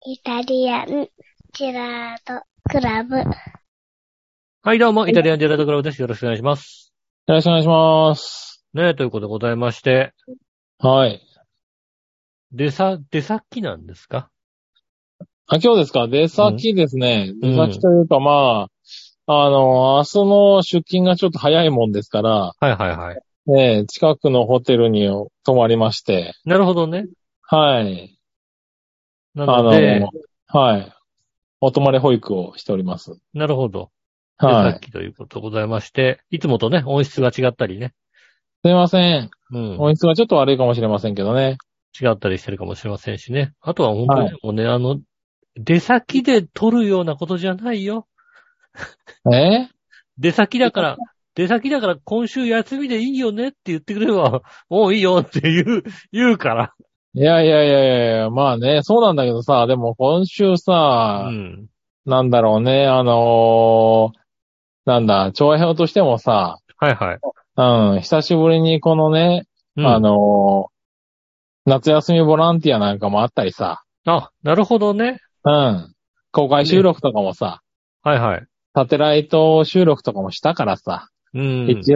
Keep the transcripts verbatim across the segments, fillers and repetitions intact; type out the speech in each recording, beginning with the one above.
イタリアンジェラートクラブ。 はい、どうも、イタリアンジェラートクラブです。よろしくお願いします。 よろしくお願いします。 ねえ、ということでございまして。 はい。 出さ、出先なんですか？ あ、今日ですか？出先ですね。 うん、 出先というか、まあ、あの、明日の出勤がちょっと早いもんですから、 はいはいはい。 ね、近くのホテルに泊まりまして。 なるほどね。 はい。 なあので、 の、はい。お泊まり保育をしております。 なるほど。出はい。 先ということでございまして、いつもとね、音質が違ったりね。 すいません。 うん。 音質がちょっと悪いかもしれませんけどね。 違ったりしてるかもしれませんしね。あとは本当はい。 にもうね、あの、出先で撮るようなことじゃないよ。 え出先だから、出先だから今週休みでいいよねって言ってくれれば、もういいよって言う、言うから。 いやいやいやいや、まあね、そうなんだけどさ、でも今週うさ、 ん。 なんだろうね、あのーなんだ、長編としてもさ、 はいはい。 うん、久しぶりにこのね、あうん。 のー夏休みボランティアなんかもあったりさ、 あ、なるほどね。 うん、公開収ね。 録とかもさ、 はいはい。 サテライト収録とかもしたからさ、 うん。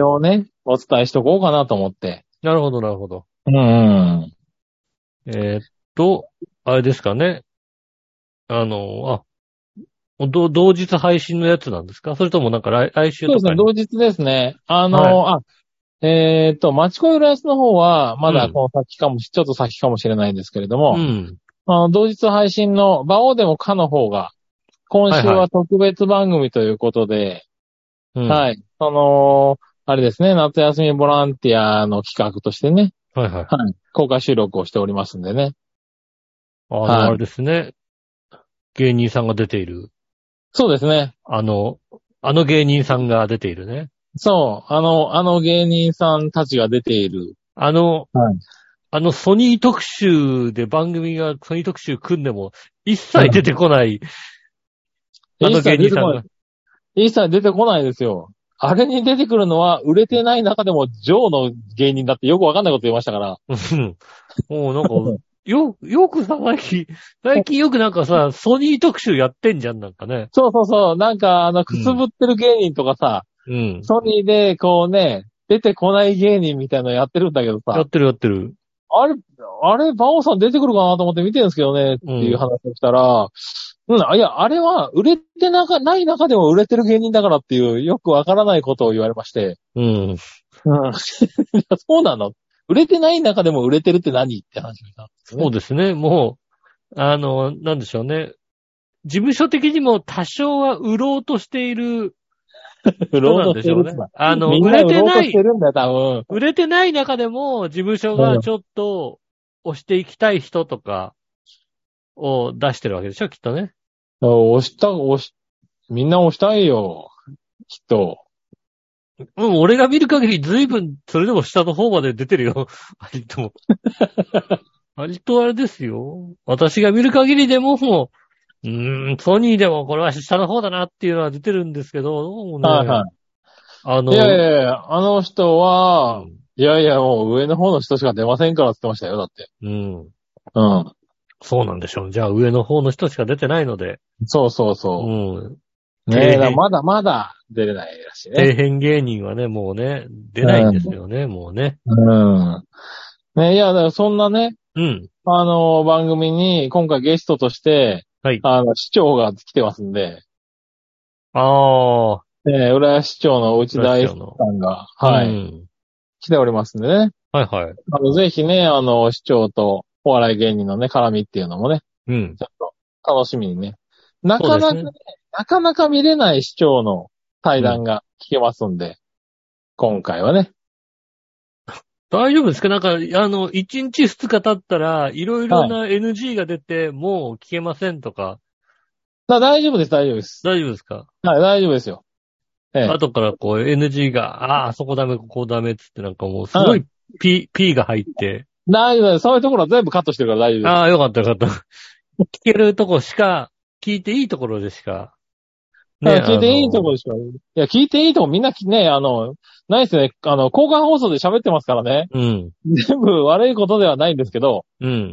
一応ね、お伝えしとこうかなと思って。 なるほどなるほど。 うんうん。 えーっと、あれですかね。あの、あ、ど、同日配信のやつなんですか？それともなんか来、来週そうですね、 とかに。 同日ですね。あはい。 のーあ、えっと、町子浦安の方は、まだうん。 この先かもし、ちょっと先かもしれないんですけれども、 うん。 あの、同日配信の馬王でもかの方が、今週はいはい。 は特別番組ということで、 うん。 はい。その、あれですね、夏休みボランティアの企画としてね、 はいはい。 はい。公開収録をしておりますんでね。 あの、あれはい。 ですね。芸人さんが出ている。 そうですね。 あの、あの芸人さんが出ているね。 そう。あの、あの芸人さんたちが出ている。 あの、 はい。 あのソニー特集で番組がソニー特集組んでも一うん。 切出てこないあの一切出てこない。 芸人さんが。 一切出てこないですよ。あれに出てくるのは、売れてない中でも、ジョーの芸人だってよくわかんないこと言いましたから。 うん。もうなんか、よ、よくさ、最近、最近よくなんかさ、ソニー特集やってんじゃん、なんかね。 そうそうそう。なんか、あの、くすうん。 ぶってる芸人とかさ、 うん。 ソニーで、こうね、出てこない芸人みたいなのやってるんだけどさ、 やってるやってる。 あれ、あれ、バオさん出てくるかなと思って見てるんですけどね、っうん。 ていう話をしたら、うん、いや、あれは、売れてなか、ない中でも売れてる芸人だからっていう、よくわからないことを言われまして。 うん。 うん。いやそうなの？売れてない中でも売れてるって何って話をしたんですよね。 そうですね。もう、あの、なんでしょうね。事務所的にも多少は売ろうとしている人なん売ろうとでしょうね。 してるっつうのは。 あの、 みん売れな売ろうとてない、 してるんだよ、多売れてない中でも事務所分。うん。 がちょっと押していきたい人とかを出してるわけでしょ、きっとね。 押した、押し、みんな押したいよ。きっと。 うん、俺が見る限り随分、それでも下の方まで出てるよ。割と。割とあれですよ。私が見る限りでも、もう、うーん、ソニーでもこれは下の方だなっていうのは出てるんですけど、どうもね、 はいはあい。いやいの、 やいや、あの人は、 うん、 いやいや、もう上の方の人しか出ませんからって言ってましたよ、だって。 うん、 うん。 そうなんでしょう。じゃあ上の方の人しか出てないので、 そうそううそん、 う。ねえ、だから底辺、 まだまだ出れないらしいね。 底辺芸人はね、もうね、出ないんですうん。 よね、もうね。 うん。ね、いや、だからそんなね、 うん。 あの、番組に今回ゲストとして、 はい。 あの、市長が来てますんで、 ああ、 えー、浦安市長の内ラッ田愛シャーの。 さんが、 うはい、 ん。 来ておりますんでね。 はいはい。 あの、ぜひね、あの、市長とお笑い芸人のね、絡みっていうのもね、 うん。 ちょっと楽しみにね。なかなかね、 そうですね。 なかなか見れない市長の対うん。 談が聞けますんで、今回はね。 大丈夫ですか？なんか、あの、いちにちふつか経ったら、いろいろはい。 な エヌジー が出て、もう聞けませんとか、 だ大丈夫です、大丈夫です。 大丈夫ですか？ はい、大丈夫ですよ。ええ。 後からこう エヌジー が、ああ、そこダメ、ここダメっつってなんかもうすごいうん。 P、P が入って、 大丈夫です。そういうところは全部カットしてるから大丈夫です。 ああ、よかったよかった。聞けるとこしか、聞いていいところでしか、ね、 うん、聞いあていいところの、 でしょ。いや、聞いていいとこみんなきね、あの、ないですね。あの、交換放送で喋ってますからね。 うん、 全部悪いことではないんですけど、 うん。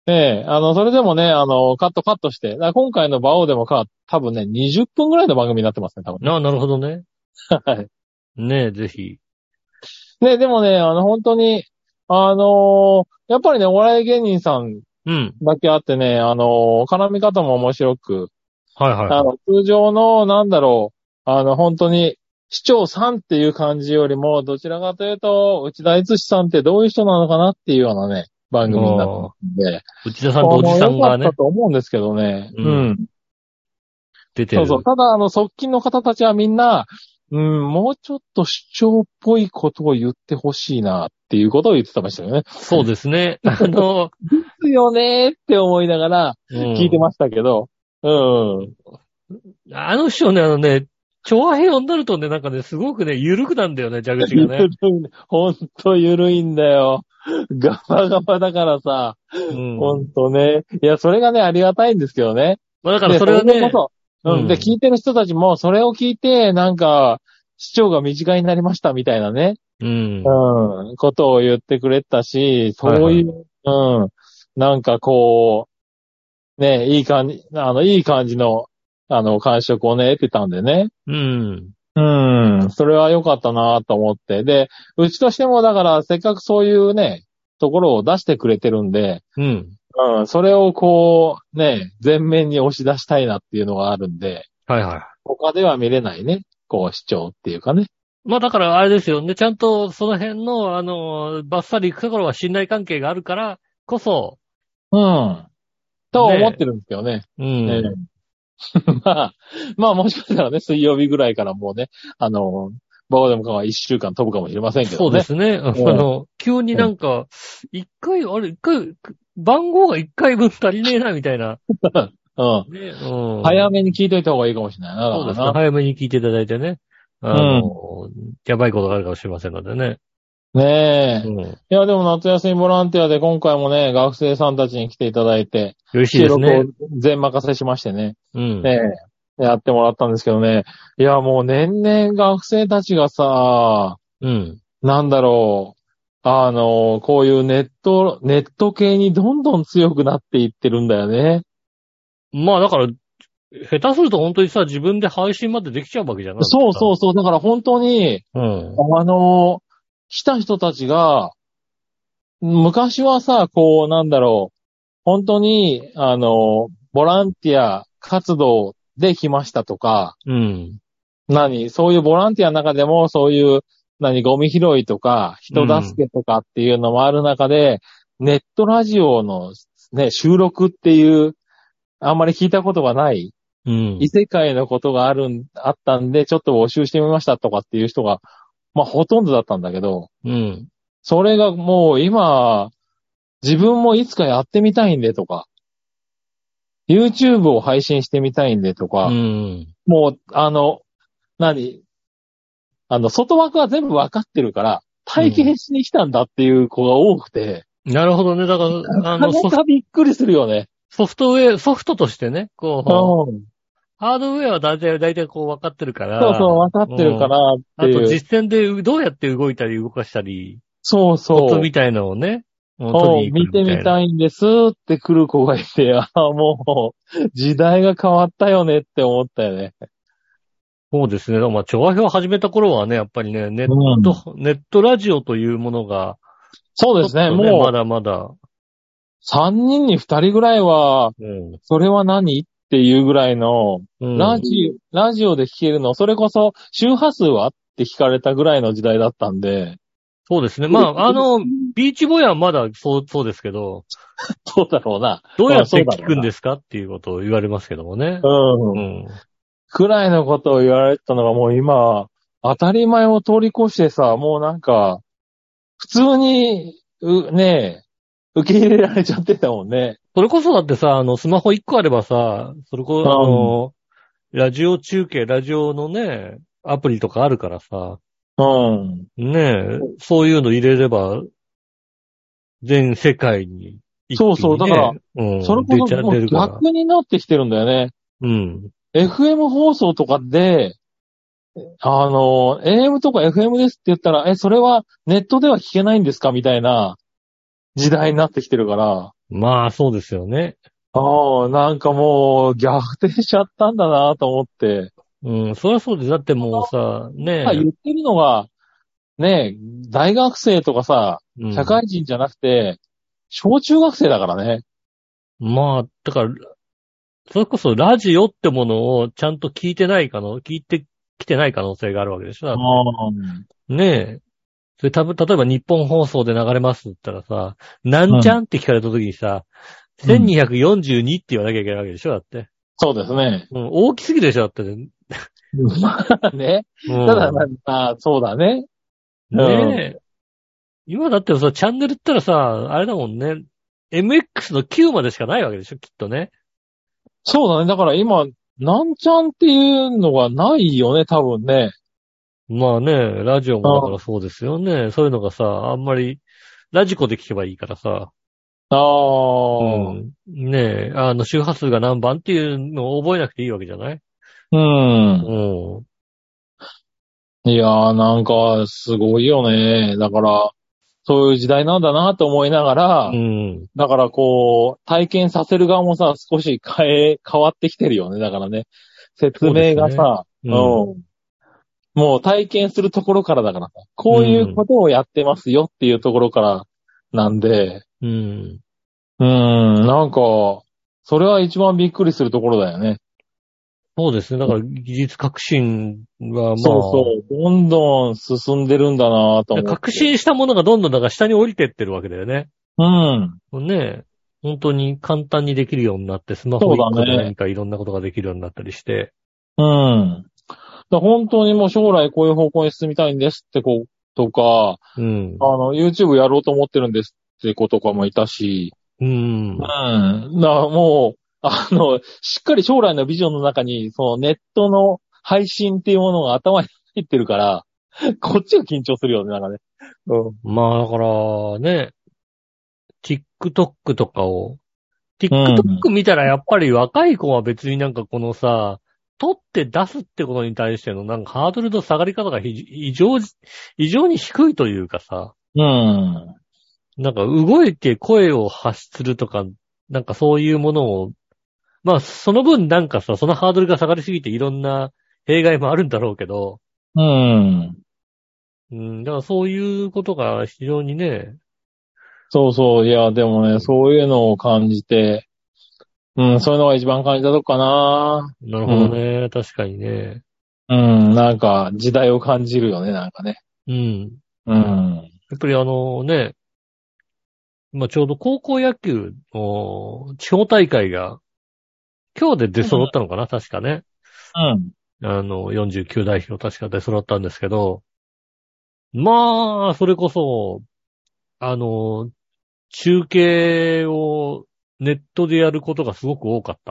ええ、あの、それでもね、あの、カットカットして、だから今回のバオでもか、多分ね、にじゅっぷんぐらいの番組になってますね、多分ね。 ああ、なるほどね。 はい。 ねえ、ぜひ。 ね、でもね、あの、本当に、あのーやっぱりね、お笑い芸人さんうん。 だけあってね、あのー絡み方も面白く、 はいはいはあの、通常の、なんだろう、あの、本当に、市長さんっていう感じよりも、どちらかというと、内田悦さんってどういう人なのかなっていうようなね、番い。 組になってまもすんで、 う、内田さんとおじあの、良かっさんがね、 たと思うんですけどね。 ううんん。 出てそうそう。 る。 ただ、あの、側近の方たちはみんな、うん、もうちょっと主張っぽいことを言ってほしいなっていうことを言ってましたよね。 そうですね。あの、 ですよねーって思いながらう聞いてん。 ましたけど、うん。 あの人ね、あのね、調和平和になるとね、なんかね、すごくね、緩くなんだよね、蛇口がゆね。 るい、ほんとゆるいんだよ。ガバガバだからさ、 うん。 ほんとね。いや、それがね、ありがたいんですけどね。 まあだからで、 そそれはね、 れでこそ、うん。で、 うん。 聞いてる人たちも、それを聞いて、なんか、視聴が短いになりましたみたいなね。 うん。 うん、ことを言ってくれたし、 はいはい。 そういう、うん、なんかこう、ね、いい感じ、あの、いい感じの、あの、感触をね、得てたんでね。 うん。 うん、それは良かったなと思って。で、うちとしても、だから、せっかくそういうね、ところを出してくれてるんで、 うん。 うん、それをこう、ね、前面に押し出したいなっていうのがあるんで、 はいはい。 他では見れないね、こう、主張っていうかね。 まあだからあれですよね。ちゃんとその辺の、あの、バッサリ行くところは信頼関係があるからこそ、 うん、とは思っね、 てるんですけどね。 うええん。 まあ、まあもしかしたらね、水曜日ぐらいからもうね、あの、バオでもかは一週間飛ぶかもしれませんけそうどね。 ですね。あうん。 の、急にうん。 なんか、一回、あれ、一回、番号が一回分足りねえな、みたいな。 うん。 ね、うん。 早めに聞いといた方がいいかもしれないな、だそうですね。 からな。 早めに聞いていただいてね。 うあん。 の、やばいことがあるかもしれませんのでね。 ねえ。 うん。 いや、でも夏休みボランティアで今回もね、学生さんたちに来ていただいて、 嬉しい収録をですね。 全任せしましてね。 うん。 ねえ。やってもらったんですけどね。いや、もう年々学生たちがさ、 うん。 なんだろう。あの、こういうネット、ネット系にどんどん強くなっていってるんだよね。 まあだから、下手すると本当にさ、自分で配信までできちゃうわけじゃん。なんてさ。 そうそうそう。だから本当に、 うん。 あの、来た人たちが、昔はさ、こう、なんだろう。本当に、あの、ボランティア活動で来ましたとか、 うん。 何そういうボランティアの中でも、そういう、何、ゴミ拾いとか、人うん。 助けとかっていうのもある中で、ネットラジオのね、収録っていう、あんまり聞いたことがない異うん。 世界のことがあるん、あったんで、ちょっと募集してみましたとかっていう人が、まあほとんどだったんだけど、 うん。 それがもう今、自分もいつかやってみたいんでとか、YouTube を配信してみたいんでとうか、 ん。 もう、あの、何あの、外枠は全部わかってるから、 うん。 体験しに来たんだっていう子が多くて、 なるほどね。だから、あの、 なかなソフト、 かびっくりするよね。 ソフトウェア、ソフトとしてね、こう、 うん。 ハードウェアは大体、大体こう分かってるかそうそう、 ら、 わかってるかうん。 らってあという。 実践でどうやって動いたり動かしたり、 そうそう。 コツみたいのをね、うん取りをに行見てみくみたいな。 たいんですって来る子がいて、ああ、もう、時代が変わったよねって思ったよね。 そうですね。まあ、調和表を始めた頃はね、やっぱりね、ネッうん。 ト、ネットラジオというものが、 そうですね。 ちょっとね、まもう、 だまだ、 さんにんにふたりぐらいは、 うん。 それは何っていうぐらいの、 うん。 ラジオ、ラジオで聞けるの、それこそ周波数はって聞かれたぐらいの時代だったんで、 そうですね。まあ、あの、ビーチボーイはまだそう、そうですけど、 そうだろうな。 どううん、そやってうだろうな。 聞くんですかっていうことを言われますけどもね。 うん。 うん。 くらいのことを言われてたのがもう今、当たり前を通り越してさ、もうなんか、普通に、う、ねえ、受け入れられちゃってたもんね。 それこそだってさ、あの、スマホいっこあればさ、それこ、あうん。 の、ラジオ中継、ラジオのね、アプリとかあるからさ、 うん。 ねえ、そういうの入れれば、全世界に一気そうそう。だから、 にね、うん、 それこそ出ちゃ、 もう出るから。 逆になってきてるんだよね。 うん。 エフエム 放送とかで、あの、エーエム とか エフエム ですって言ったら、え、それはネットでは聞けないんですかみたいな時代になってきてるから。 まあ、そうですよね。 ああ、なんかもう逆転しちゃったんだなと思って。 うん、そりゃそうです。だってもうさ、ねえ、 言ってるのが、ね、大学生とかさ、 うん、 社会人じゃなくて、小中学生だからね。 まあ、だから、それこそラジオってものをちゃんと聞いてないかの、聞いてきてない可能性があるわけでしょ。だあってあ。 ねえ。それ多分、例えば日本放送で流れますって言ったらさ、なんちゃんって聞かれた時にさ、 うん。 せんにひゃくよんじゅうにって言わなきゃいけないわけでしょ。だって。 そうですね。 うん、大きすぎるでしょ。だってね。 まあね。 うただ、まん。 あ、そうだね。うん。 ねえ。今だってさ、チャンネルったらさ、あれだもんね。エムエックス のきゅうまでしかないわけでしょ、きっとね。 そうだね。だから今、なんちゃんっていうのがないよね、多分ね。 まあね、ラジオもだからあそうですよね。そういうのがさ、あんまり、ラジコで聞けばいいからさ。 あうー。 ん。ねえ、あの、周波数が何番っていうのを覚えなくていいわけじゃない？ うん。 うん。 いやー、なんか、すごいよね。だから、そういう時代なんだなと思いながうら、 ん。 だからこう、体験させる側もさ、少し変え、変わってきてるよね。だからね。説そうですね。 明がさ、 うん。 うん。もう体験するところからだからさ、 うこういうこん。 とをやってますよっていうところからなんで、 うん。 うーん、なんか、それは一番びっくりするところだよね。 そうですね。だから技術革新はまそうそう、どんどん進んでるんだなとあ、 思って。 革新したものがどんどんだから下に降りてってるわけだよね。 うん、 ねえ。本当に簡単にできるようになって、スマホそういっこでだね。 何かいろんなことができるようになったりして。 うん。だ本当にもう将来こういう方向に進みたいんですって子とか、 うん。 あの、YouTube やろうと思ってるんですって子とかもいたし、 ううん。 ん。 だからもう、あの、しっかり将来のビジョンの中に、そのネットの配信っていうものが頭に入ってるから、こっちが緊張するよね、なんかね。うん。 まあだからね、TikTok とかを、 うん。 TikTok 見たらやっぱり若い子は別になんかこのさ、撮って出すってことに対してのなんかハードルの下がり方が非異常、異常に低いというかさ、 うん。 なんか動いて声を発するとか、なんかそういうものを、まあその分なんかさ、そのハードルが下がりすぎていろんな弊害もあるんだろうけど、 うん。 うん、だからそういうことが非常にね、 そうそう。いや、でもね、そういうのを感じて、うん、そういうのが一番感じたとこかな。 なるほどうん。 ね、確かにね。 うん、なんか、時代を感じるよね、なんかね。 うん。 うん。 やっぱりあのね、まあ、ちょうど高校野球の地方大会が今日で出揃ったのかな、確かね。 うん。 あの、よんじゅうきゅう代表確か出揃ったんですけど、まあ、それこそ、あの、中継をネットでやることがすごく多かった。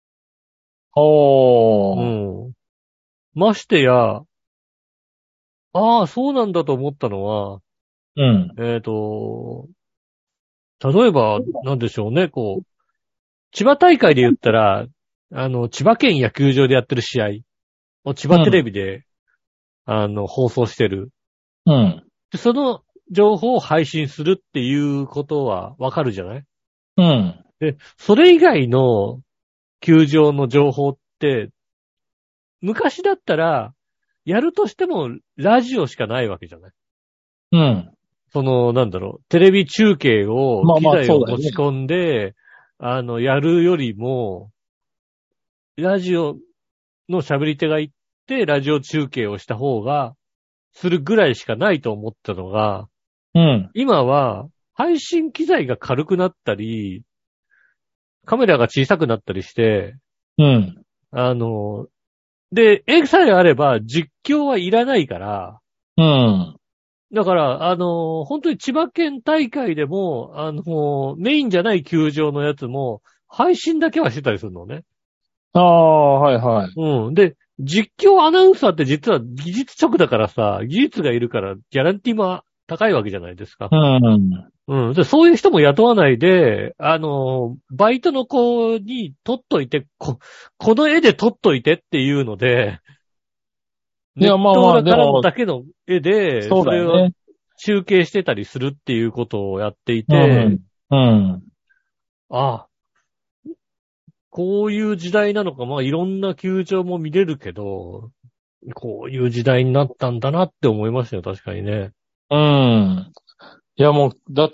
うおー。 ん。ましてや、ああ、そうなんだと思ったのは、 うん。 えっと、例えば、なんでしょうね、こう、千葉大会で言ったら、あの、千葉県野球場でやってる試合を千葉テレうん。 ビで、あの、放送してる。 うん。 で、その情報を配信するっていうことはわかるじゃない？ うん。 で、それ以外の球場の情報って、昔だったら、やるとしてもラジオしかないわけじゃない？ うん。 その、なんだろう、テレビ中継を、 まあまあ、 機材をそうだよね。 持ち込んで、あの、やるよりも、ラジオの喋り手が行って、ラジオ中継をした方が、するぐらいしかないと思ったのが、 うん。 今は、配信機材が軽くなったり、カメラが小さくなったりして、 うん。 あの、で、絵さえあれば実況はいらないから、 うん。 だから、あの、本当に千葉県大会でも、あの、メインじゃない球場のやつも、配信だけはしてたりするのね。 ああ、はいはい。 うん。で、実況アナウンサーって実は技術直だからさ、技術がいるからギャランティーも高いわけじゃないですか。 うん。 うん。で、そういう人も雇わないで、あの、バイトの子に撮っといて、こ、この絵で撮っといてっていうので、ネッいや、まあまあ、でト裏からのも、 だけの絵で、 そうそれをだよね。 中継してたりするっていうことをやっていうて、 ん。うん。 あ、こういう時代なのか、まあいろんな球場も見れるけど、こういう時代になったんだなって思いましたよ、確かにね。 うん。いやもう、だって、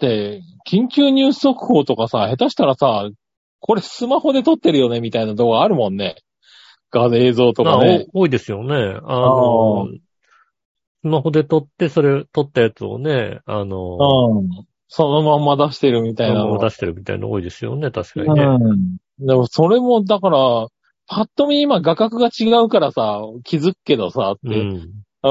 緊急ニュース速報とかさ、下手したらさ、これスマホで撮ってるよねみたいな動画あるもんね。画映像とまあ、おかね。 多いですよね。ああの、 あ。 スマホで撮って、それ、撮ったやつをね、あの、 うん。そのまんま出してるみたそのいなの。 まま出してるみたいなの多いですよね、確かにね。 うん。でもそれも、だから、パッと見今画角が違うからさ、気づくけどさ、って。 うん。 うん。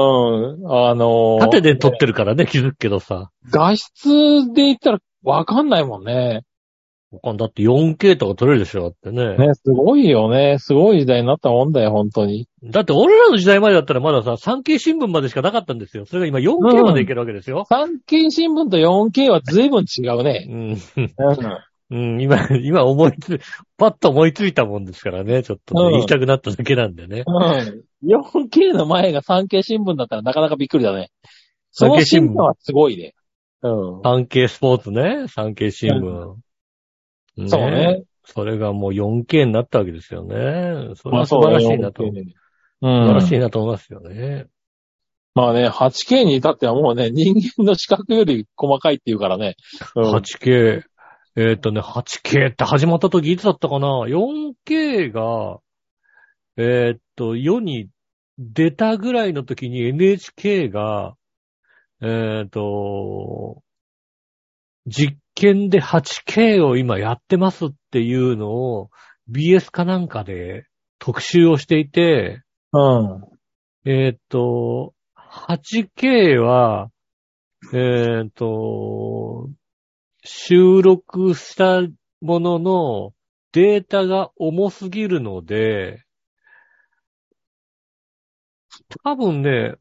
あの縦で撮っね、 てるからね、気づくけどさ。 画質で言ったらわかんないもんね。 他だって よんケー とか撮れるでしょ、だってね。 ね、すごいよね。すごい時代になったもんだよ、本当に。 だって俺らの時代までだったらまださ、産経新聞までしかなかったんですよ。それが今 よんケー までいけるわけですよ。 産経新聞と よんケー は随分違うね。 うん。 うんうん、今、今思いつ、パッと思いついたもんですからね、ちょっとね、 うん言いたくなっただけなんでね。 うん。よんケー の前が産経新聞だったらなかなかびっくりだね。その産経新聞、 進化はすごいね。うん。 産経スポーツね、産経新聞。ねそうね。 それがもう よんケー になったわけですよね。それは素まあそうね、 晴らしいなと。 よんケー素ね。う晴らしいん。 なと思いますよね。 まあね、はちケー に至ってはもうね、人間の視覚より細かいっていうからね。うん。 はちケー、えっとね、はちケー って始まった時いつだったかな？ よんケー が、えっと、世に出たぐらいの時に エヌエイチケー が、えっと、実験で はちケー を今やってますっていうのを ビーエス かなんかで特集をしていて、 うん。 えっと、はちケー は、えっと、収録したもののデータが重すぎるので、多分ね、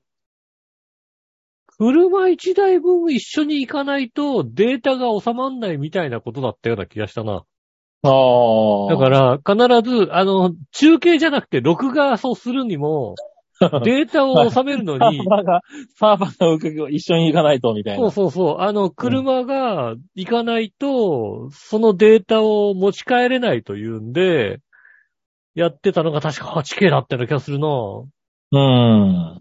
車一台分一緒に行かないとデータが収まんないみたいなことだったような気がしたな。 ああ。 だから、必ず、あの、中継じゃなくて録画をするにも、データを収めるのサーに、 バーが、サーバーの動きが一緒に行かないと、みたいそうな。 そうそう、あの、車が行かないと、そのデータを持ち帰れないというんで、やってたのが確か はちケー だったような気がするな。 うん。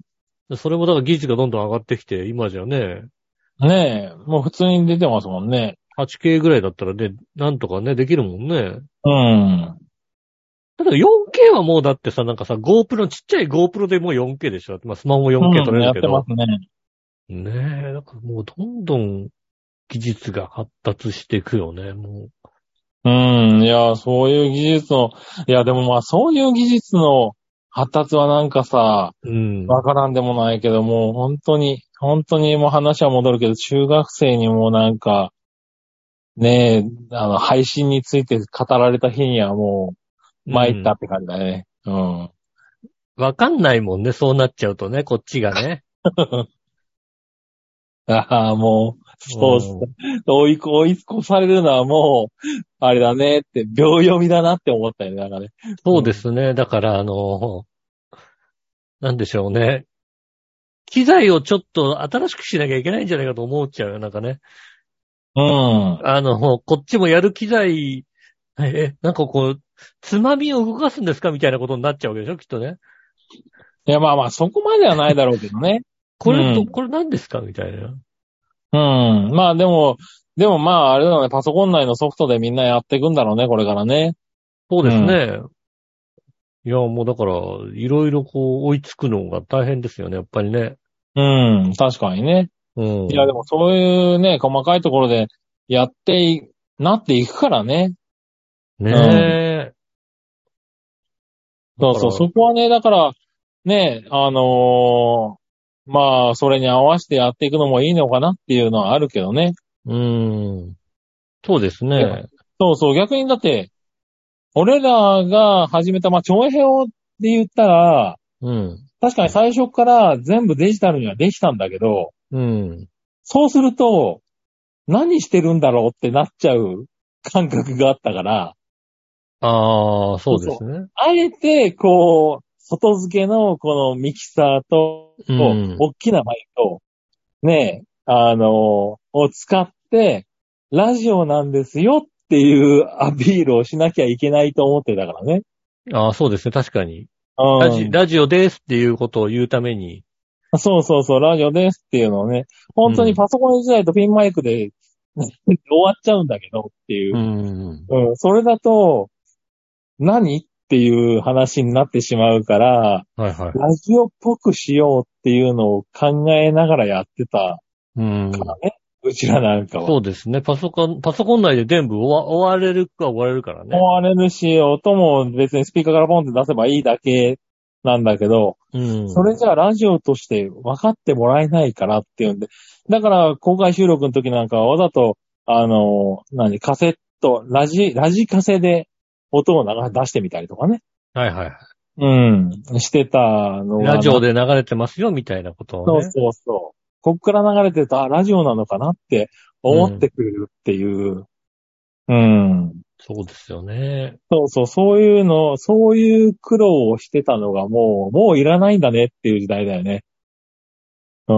それもだから技術がどんどん上がってきて、今じゃね、 ねえ、もう普通に出てますもんね。 はちケー ぐらいだったらね、なんとかね、できるもんね。 うん。 ただ よんケー はもうだってさ、なんかさ、GoPro、ちっちゃい GoPro でもう よんケー でしょ。まあ、スマホも よんケー 撮うん、 れるけど。 やってますね。 ねえ、だからもうどんどん技術が発達していくよね、もうん、いや、そういう技術の、いや、でもまあ、そういう技術の発達はなんかさ、 う。うん。 わからんでもないけども、本当に、本当にもう話は戻るけど、中学生にもなんか、ねえ、あの、配信について語られた日にはもう、参ったって感じだね。うん。 わかんないもんね、そうなっちゃうとね、こっちがね。 ああ、もう、そうっすうん。 ね。追い、追い越されるのはもう、あれだねって、秒読みだなって思ったよね、なんかね。 そうでうん。 すね。だから、あの、なんでしょうね。機材をちょっと新しくしなきゃいけないんじゃないかと思っちゃうよ、なんかね。 うん。 あの、こっちもやる機材、え、なんかこう、つまみを動かすんですかみたいなことになっちゃうわけでしょ、きっとね。 いや、まあまあ、そこまではないだろうけどね。 これど、 うん。 これ何ですかみたいな。 うん。まあでも、でもまあ、あれだね、パソコン内のソフトでみんなやっていくんだろうね、これからね。 そうですうん。 ね。いや、もうだから、いろいろこう、追いつくのが大変ですよね、やっぱりね。 うん。確かにね。 ういや、でん。 もそういうね、細かいところでやってい、なっていくからね。 ねうん。 え。だから、 そうそう、そこはね、だから、ね、あのーまあ、それに合わせてやっていくのもいいのかなっていうのはあるけどね。 うーん。そうですいや、 ね。 そうそう、逆にだって、俺らが始めた、まあ、長編をで言ったら、 うん。 確かに最初から全部デジタルにはできたんだけど、 うん。 そうすると、何してるんだろうってなっちゃう感覚があったから、 ああ、 そうそう。 そうですね。 あえて、こう、外付けのこのミキサーと、 うん。 大きなマイクと、ねえ、あの、を使って、ラジオなんですよっっていうアピールをしなきゃいけないと思ってたからね。 ああ、そうですね、確かに。 うん。 ラジ、ラジオですっていうことを言うために。 そうそうそう、ラジオですっていうのをね、本当にパソコン時代とピンマイクで終わっちゃうんだけどっていう。 うん。 うん、それだと、何っていう話になってしまうから、 はいはい。 ラジオっぽくしようっていうのを考えながらやってたうん。 からね。うちらなんかは。 そうですね。パソコン、パソコン内で全部終わ、終われるか終われるからね。 終われるし、音も別にスピーカーからポンって出せばいいだけなんだけど、 うん。 それじゃあラジオとして分かってもらえないからっていうんで、だから公開収録の時なんかはわざと、あの、何、カセット、ラジ、ラジカセで音を流出してみたりとかね。 はいはい。 うん。してたのが。 ラジオで流れてますよ、みたいなことをね。 そうそうそう。こっから流れてると、あ、ラジオなのかなって思ってくれるっていう。うん。 そうですよね。 そうそう、そういうの、そういう苦労をしてたのがもう、もういらないんだねっていう時代だよね。うん。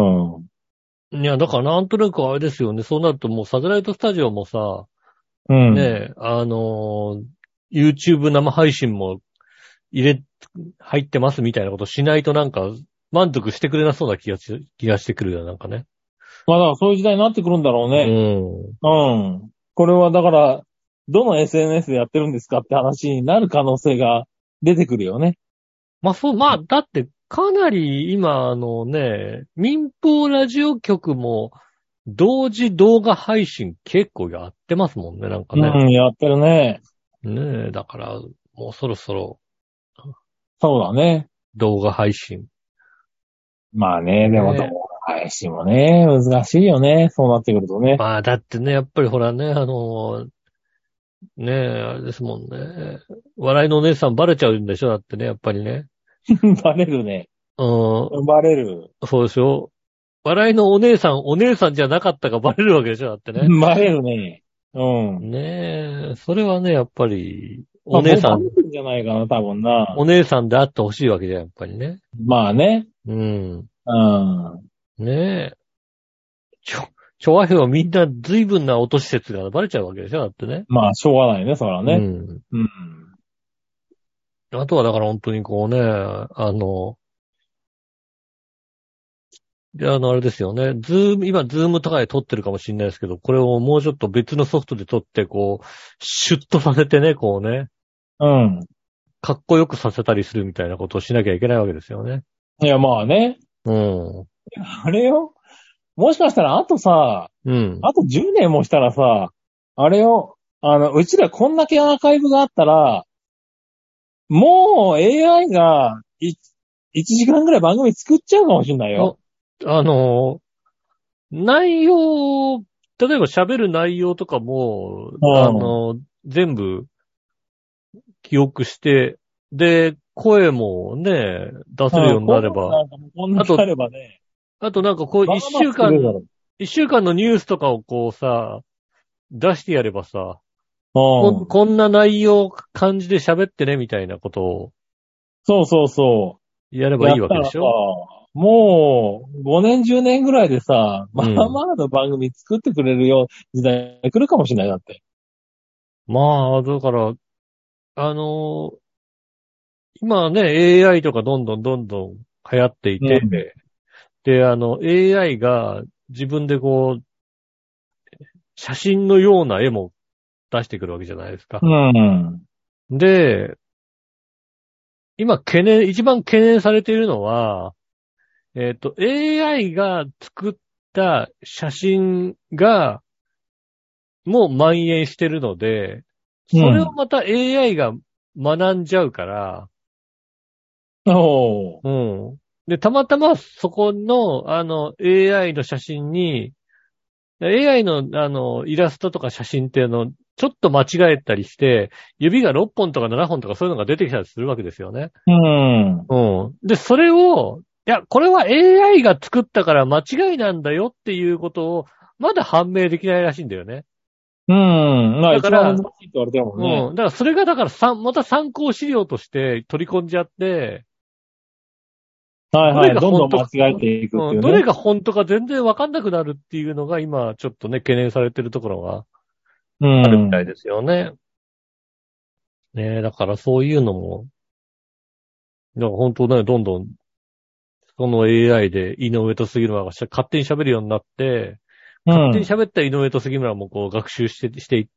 いや、だからなんとなくあれですよね。そうなるともうサテライトスタジオもさ、 うん。 ねえ、あのー YouTube 生配信も入れ、入ってますみたいなことしないとなんか満足してくれなそうな気がし、気がしてくるよ、なんかね。 まあだからそういう時代になってくるんだろううね。 ん。 うん。これはだから、どの エスエヌエス でやってるんですかって話になる可能性が出てくるよね。 まあそう、まあ、だってかなり今あのね、民放ラジオ局も同時動画配信結構やってますもんね、なんかね。 うん、やってるね。 ねえ、だからもうそろそろそうだね。 動画配信。 まあね、 ねでも動画配信もね、難しいよね。そうなってくるとね。 まあだってね、やっぱりほらね、あの、ねえ、あれですもんね。笑いのお姉さんバレちゃうんでしょだってね、やっぱりね。 バレるね。 うん、 バレる。 そうでしょ笑いのお姉さん、お姉さんじゃなかったかバレるわけでしょだってね。 バレるね。うん。 ねえ、それはね、やっぱり、 まあ、 お姉さん、 もうバレてるんじゃないかな、多分な。 お姉さんであってほしいわけじゃん、やっぱりね。 まあね。 うん。 うん。 ねえ。ちょ、調和表はみんな随分な落とし説がバレちゃうわけでしょだってね。 まあ、しょうがないね、そらね。 うん。 うん。 あとはだから本当にこうね、あの、で、あの、あれですよね。ズーム、今、ズームとかで撮ってるかもしれないですけど、これをもうちょっと別のソフトで撮って、こう、シュッとさせてね、こうね、 うん。 かっこよくさせたりするみたいなことをしなきゃいけないわけですよね。 いや、まあね。 うん。 あれよ。もしかしたら、あとさ、 うん。 あとじゅうねんもしたらさ、あれよ。あの、うちらこんだけアーカイブがあったら、もう エーアイ がいいちじかんぐらい番組作っちゃうかもしんないよ。 あ、あの、内容、例えば喋る内容とかも、 うんあの、全部記憶して、で、声もね、出せるようになれば、 なんかもうこんなにあればね。 あとなんかこう、 まあ一週まあ作れるだ間、 ろ一週間のニュースとかをこうさ、出してやればさ、 う。 こ、 うん。 こんな内容感じで喋ってね、みたいなことをそうそうそう。 やればいいやったらさ、 わけでしょ。 もうごねんじゅうねんぐらいでさ、まあうんまあの番組作ってくれるよう時代来るかもしれない、だって。 まあ、だから、あの今はね、エーアイ とかどんどんどんどん流行っていて、 うんで、あの、エーアイ が自分でこう、写真のような絵も出してくるわけじゃないですか。 うん。 で、今懸念、一番懸念されているのは、えっと、エーアイ が作った写真が、もう蔓延してるので、それをまた エーアイ が学んじゃうから、 おー。 うん。で、たまたまそこの、あの、エーアイ の写真に、エーアイ の、あの、イラストとか写真っていうの、ちょっと間違えたりして、指がろっぽんとかななほんとかそういうのが出てきたりするわけですよね。 うん。 うん。で、それを、いや、これは エーアイ が作ったから間違いなんだよっていうことを、まだ判明できないらしいんだよね。 うん。まあだから一番難しいって言われてるもんね。 うん。だからそれがだからさん、また参考資料として取り込んじゃって、 はいはい。 どれがどんどん本当か、 間違えていくっていうね。 うん、どれが本当か全然わかんなくなるっていうのが今ちょっとね、懸念されてるところがうん。 あるみたいですよね。ねえ、だからそういうのも、だから本当ね、どんどん、その エーアイで井上と杉村がし勝手に喋るようになって、 うん。 勝手に喋った井上と杉村もこう学習して、していって、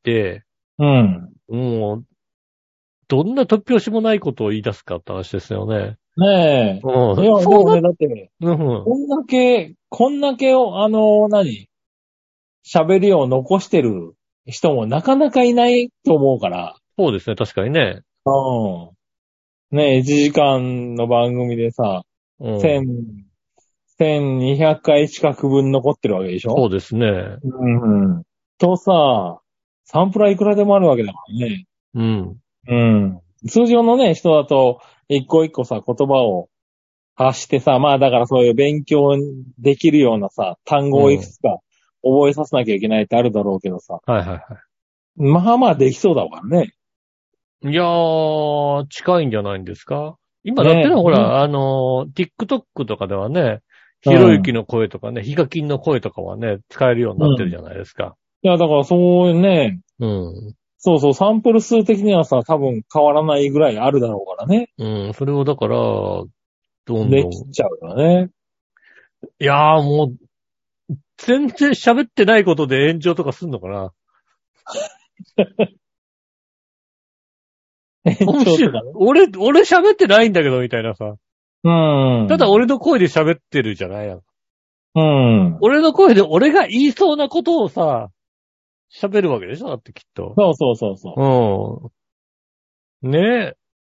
うん。 もう、どんな突拍子もないことを言い出すかって話ですよね。 ねえ。 うん。 いや、でそうな、 もね、だってね、 うん。 こんだけ、こんだけを、あの、何喋りを残してる人もなかなかいないと思うから。 そうですね、確かにね。 うん。ねえ、いちじかんの番組でさ、 うん。 せん、せんにひゃっかい近く分残ってるわけでしょ？ そうですね。 うんうん。とさ、サンプラいくらでもあるわけだからね。 うん。 うん。通常のね、人だと、一個一個さ、言葉を発してさ、まあだからそういう勉強できるようなさ、単語をいくつか覚えさせなきゃいけないってあるだろうけどさ、 はいはいはまあまあできそうだからね。 い。いやー、近いんじゃないんですか？今だってね、 ねほら、あのー、TikTok とかではね、ひうんろゆきの声とかね、ヒカキンの声とかはね、使えるようになってるじゃないですか。 いや、だからそういうね、 うん。 そうそう、サンプル数的にはさ、多分変わらないぐらいあるだろうからね。 うん。それをだから、どんどん。 できちゃうよね。 いやーもう、全然喋ってないことで炎上とかすんのかな？ 延長とかね。 俺、俺喋ってないんだけど、みたいなさ。 うん。 ただ俺の声で喋ってるじゃないやん。 うん。 俺の声で俺が言いそうなことをさ、喋るわけでしょだってきっと。 そうそうそうそうん。ねえ。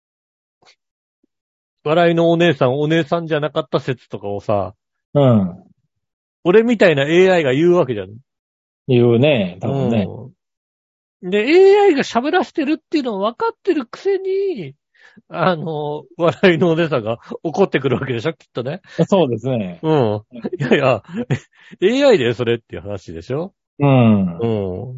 笑いのお姉さん、お姉さんじゃなかった説とかをさ、 う。うん。 俺みたいな エーアイ が言うわけじゃん。 言うね、多分ね。 うん。で、エーアイ が喋らせてるっていうのを分かってるくせに、あの、笑いのお姉さんが怒ってくるわけでしょきっとね。 そうですね。 うん。いやいや、エーアイ だよ、それっていう話でしょ？ うん。 うん。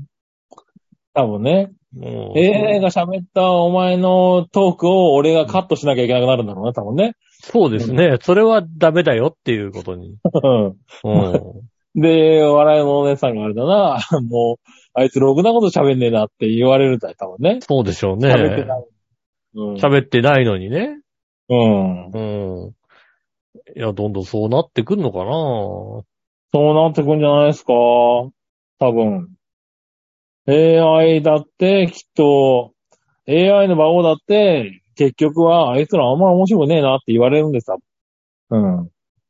多分ね。 うん。 エーアイ が喋ったお前のトークを俺がカットしなきゃいけなくなるんだろうな、多分ね。 そうですね。それはダメだよっていうことに。うん。 で、笑いのお姉さんがあれだな、もう、あいつろくなこと喋んねえなって言われるんだよ、多分ね。 そうでしょうね。 喋ってない。うん。 喋ってないのにね。 うん。 うん。いや、どんどんそうなってくんのかな。 そうなってくんじゃないですか。多分。エーアイ だって、きっと、エーアイ の馬王だって、結局は、あいつらあんま面白くねえなって言われるんですよ。うん。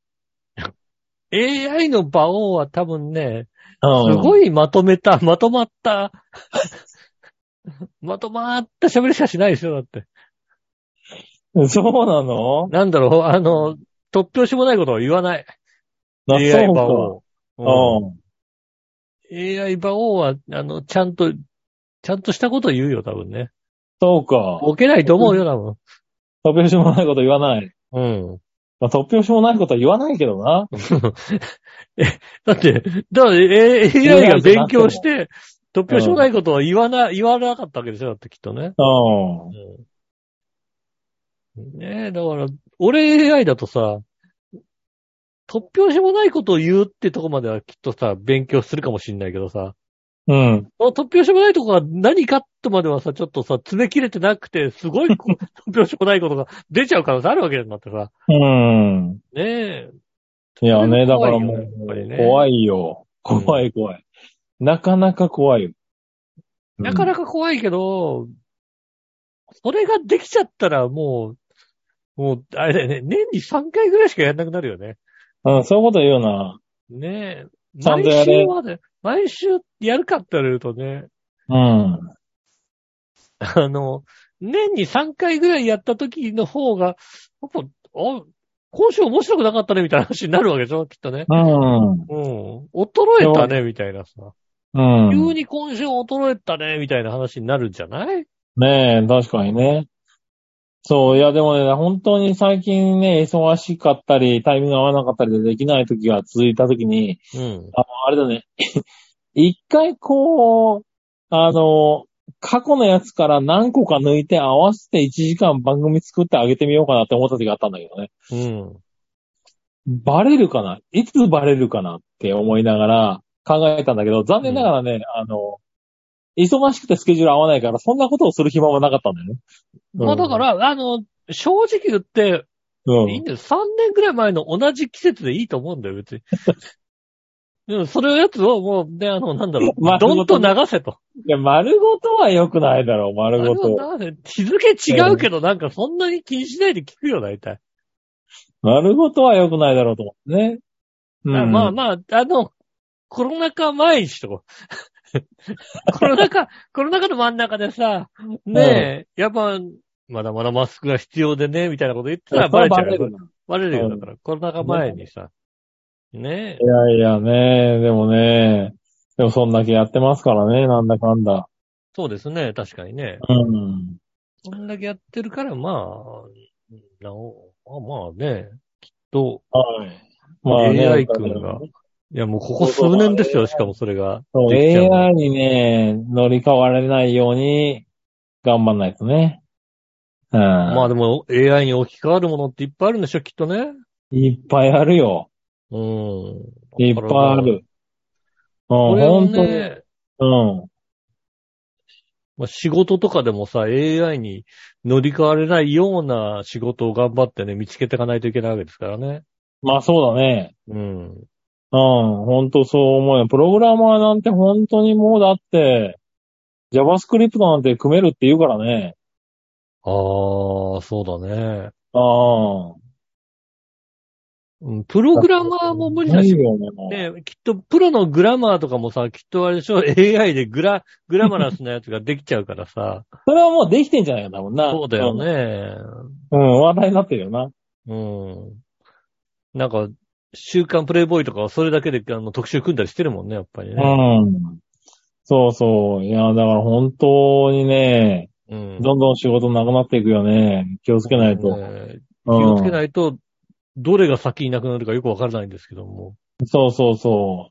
エーアイ の馬王は多分ね、 うん。 すごいまとめた、まとまった、まとまった喋りしかしないですよ、だって。 そうなの？ なんだろう、あの、突拍子もないことは言わない。 あ、 エーアイそうか。 馬王。 うん。 エーアイ 馬王は、あの、ちゃんと、ちゃんとしたことを言うよ、多分ね。 そうか。 ボケないと思うよ、多分。 突拍子もないこと言わない。 うん。 まあ、突拍子もないことは言わないけどな。 え、だって、だから エーアイ が勉強して、突拍子もないことは言わな、言わなかったわけでしょ、だってきっとね。 うん。 うん、ねえ、だから、俺 エーアイ だとさ、突拍子もないことを言うってとこまではきっとさ、勉強するかもしんないけどさ、 うん。 その突拍子もないとこが何かとまではさ、ちょっとさ、詰め切れてなくて、すごいこう突拍子もないことが出ちゃう可能性あるわけだってさ。 うん。 ねえ。 いやね、だからもやっぱりう、 ね怖いよ。怖い怖い。なかなか怖いよ。 なかなか怖いけど、それができちゃったらもう、もう、あれだよね、年にさんかいぐらいしかやんなくなるよね。 うん、そういうこと言うな。 ねえ。 ちゃんとやれ毎週まで、毎週やるかって言われるとね、 うん。 あの、年にさんかいぐらいやった時の方が、やっぱ、あ、今週面白くなかったねみたいな話になるわけでしょきっとね。 うん。 うん。衰えたねみたいなさ。 うん。 急に今週衰えたねみたいな話になるんじゃない？ ねえ、確かにね。そう、いやでもね、本当に最近ね、忙しかったり、タイミング合わなかったりでできない時が続いた時に、 うん。 あの、あれだね。一回こう、あの、過去のやつから何個か抜いて合わせていちじかん番組作ってあげてみようかなって思った時があったんだけどね。 うん。 バレるかないつバレるかなって思いながら考えたんだけど、残念ながらね、うん、あの、 忙しくてスケジュール合わないから、そんなことをする暇もなかったんだよね。 まあだから、あの、正直言って、 うん。 いいんだよ。さんねんくらい前の同じ季節でいいと思うんだよ、別に。でもそれのやつをもうね、あの、なんだろう、どんと流せと。 いや、丸ごとは良くないだろう、丸ごと。 丸ごと流せ。日付違うけど、なんかそんなに気にしないで聞くよ、大体。 丸ごとは良くないだろうと思ってね。うん、 まあまあ、あの、コロナ禍前にしとこう。コロナ禍、コロナ禍の真ん中でさ、ねえ、うん、やっぱ、まだまだマスクが必要でね、みたいなこと言ったらバレちゃうよ。バレるよ、だから。コロナ禍前にさ。ねえ。 いやいやね、でもね、でもそんだけやってますからね、なんだかんだ。 そうですね、確かにね。 うん。 そんだけやってるから、まあ、なお、まあね、きっと、 はい。まあね、 エーアイ 君が、いやもうここ数年ですよ、しかもそれが。 そう、エーアイ にね、乗り換われないように頑張んないとね。うん。 まあでも エーアイ に置き換わるものっていっぱいあるんでしょ、きっとね。 いっぱいあるよ。 うん。 いっぱいある。うん、 これを本当に。 ね、 うん。 まあ、仕事とかでもさ、エーアイ に乗り換われないような仕事を頑張ってね、見つけていかないといけないわけですからね。 まあそうだね。 うん。 うん、本当そう思うよ。プログラマーなんて本当にもうだって、JavaScript なんて組めるって言うからね。 ああ、そうだね。 ああ。 うん、プログラマーも無理だし、ね、きっとプロのグラマーとかもさ、きっとあれでしょ、エーアイ でグラ、グラマラスなやつができちゃうからさ。 それはもうできてんじゃないかな、もんな。 そうだよね。 うん、うん、話題になってるよな。 うん。なんか、週刊プレイボーイとかはそれだけであの特集組んだりしてるもんね、やっぱりね。 うん。そうそう。いや、だから本当にね、うん、どんどん仕事なくなっていくよね。気をつけないと。 ね、気をつけないと、どれが先になくなるかよくわからないんですけども。 そうそうそう。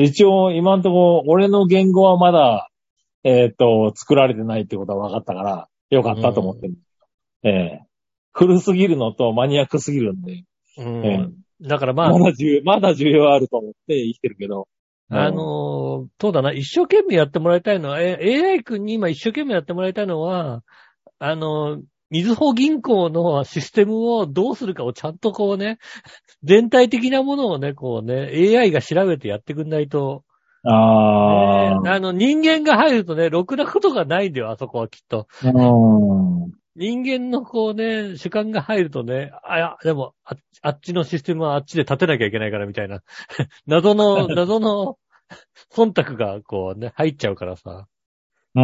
一応、今んとこ、俺の言語はまだ、えっと、作られてないってことは分かったから、よかったと思ってる。うん、ええー、古すぎるのとマニアックすぎるんで。 うん。えー、だからまあ。 まだ重要、まだ重要あると思って生きてるけど。 あのー、そうだな、一生懸命やってもらいたいのは、エーアイ 君に今一生懸命やってもらいたいのは、あのー、みずほ銀行のシステムをどうするかをちゃんとこうね、全体的なものをね、こうね、エーアイ が調べてやってくんないと。 ああ、 ね。あの、人間が入るとね、ろくなことがないんだよ、あそこはきっと。 うん。 人間のこうね、主観が入るとね、あ、いや、でもあ、あっちのシステムはあっちで立てなきゃいけないからみたいな。謎の、謎の忖度がこうね、入っちゃうからさ。 うん。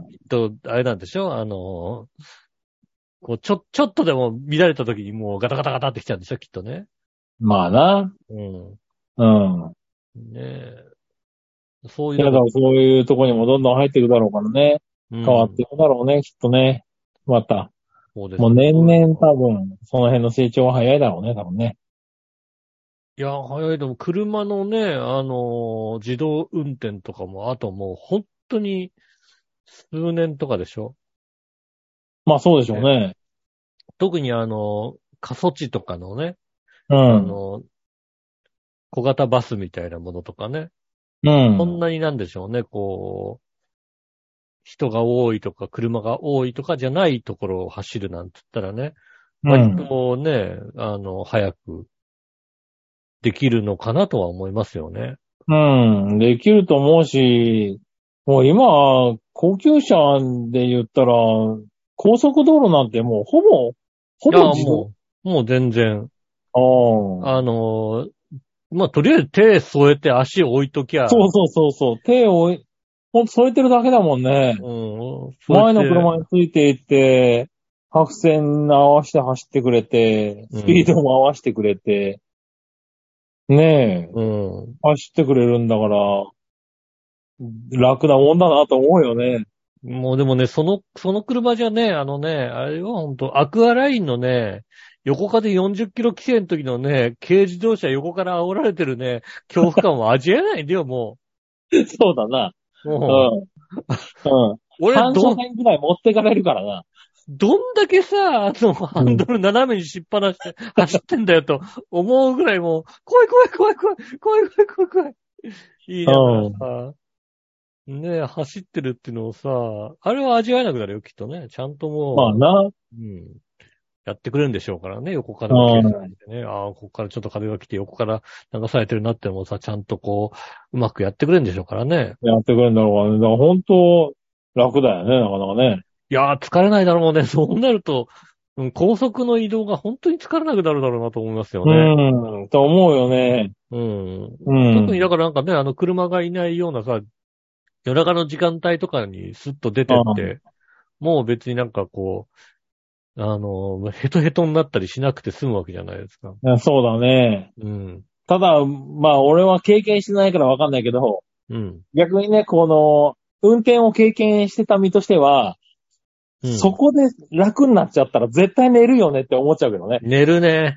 と、あれなんでしょあの、こう、ちょ、ちょっとでも乱れた時にもうガタガタガタってきちゃうんでしょきっとね。 まあな。 うん。 うん。 ねえ。そういう。 いや、だからそういうとこにもどんどん入っていくだろうからね。うん、変わっていくだろうね、きっとね。また。そうですね。もう年々多分、その辺の成長は早いだろうね、多分ね。 いや、早いでも、車のね、あのー、自動運転とかも、あともう本当に数年とかでしょ。 まあそうでしょうね。ね、 特にあの、過疎地とかのね、 うん。 あの、小型バスみたいなものとかね。 うん。 そんなになんでしょうね、こう、人が多いとか、車が多いとかじゃないところを走るなんて言ったらね、割とね、うん、あの、早くできるのかなとは思いますよね。 うん、できると思うし、もう今、高級車で言ったら、高速道路なんてもうほぼ、ほぼ自動。 もう、もう全然。 ああ。 あの、まあ、とりあえず手添えて足を置いときゃ。 そうそうそうそう。手を置い、ほんと添えてるだけだもんね。うん。前の車についていって、白線合わせて走ってくれて、スピードも合わせてくれて、うん、ねえ。うん。走ってくれるんだから、楽なもんだなと思うよね。 もうでもね、その、その車じゃね、あのね、あれはほんと、アクアラインのね、横風よんじゅっキロ規制の時のね、軽自動車横から煽られてるね、恐怖感を味わえないんだよ、もう。そうだな。うん。うん。俺、さん車線ぐらい持ってかれるからな。 どんだけさ、あの、ハンドル斜めにしっぱなして走ってんだよと思うぐらいもう、怖い怖い怖い怖い、怖い怖い怖い怖い。いいながらさ。 ね、走ってるっていうのをさ、あれは味わえなくなるよ、きっとね。ちゃんともう、 まあな。 うん、やってくれるんでしょうからね、横からの計算でね。ああ、ここからちょっと壁が来て横から流されてるなってのもさ、ちゃんとこう、うまくやってくれるんでしょうからね。 やってくれるんだろうからね。だから本当、楽だよね、なかなかね。 いやー、疲れないだろうね。そうなると、うん、高速の移動が本当に疲れなくなるだろうなと思いますようね。 ん、と思うよね。 うん。 うん。 特にだからなんかね、あの車がいないようなさ、夜中の時間帯とかにスッと出てって、もう別になんかこう、あの、ヘトヘトになったりしなくて済むわけじゃないですか。 いやそうだね。 うん。 ただ、まあ、俺は経験してないからわかんないけど、 うん。 逆にね、この、運転を経験してた身としては、 うん、 そこで楽になっちゃったら絶対寝るよねって思っちゃうけどね。 寝るね。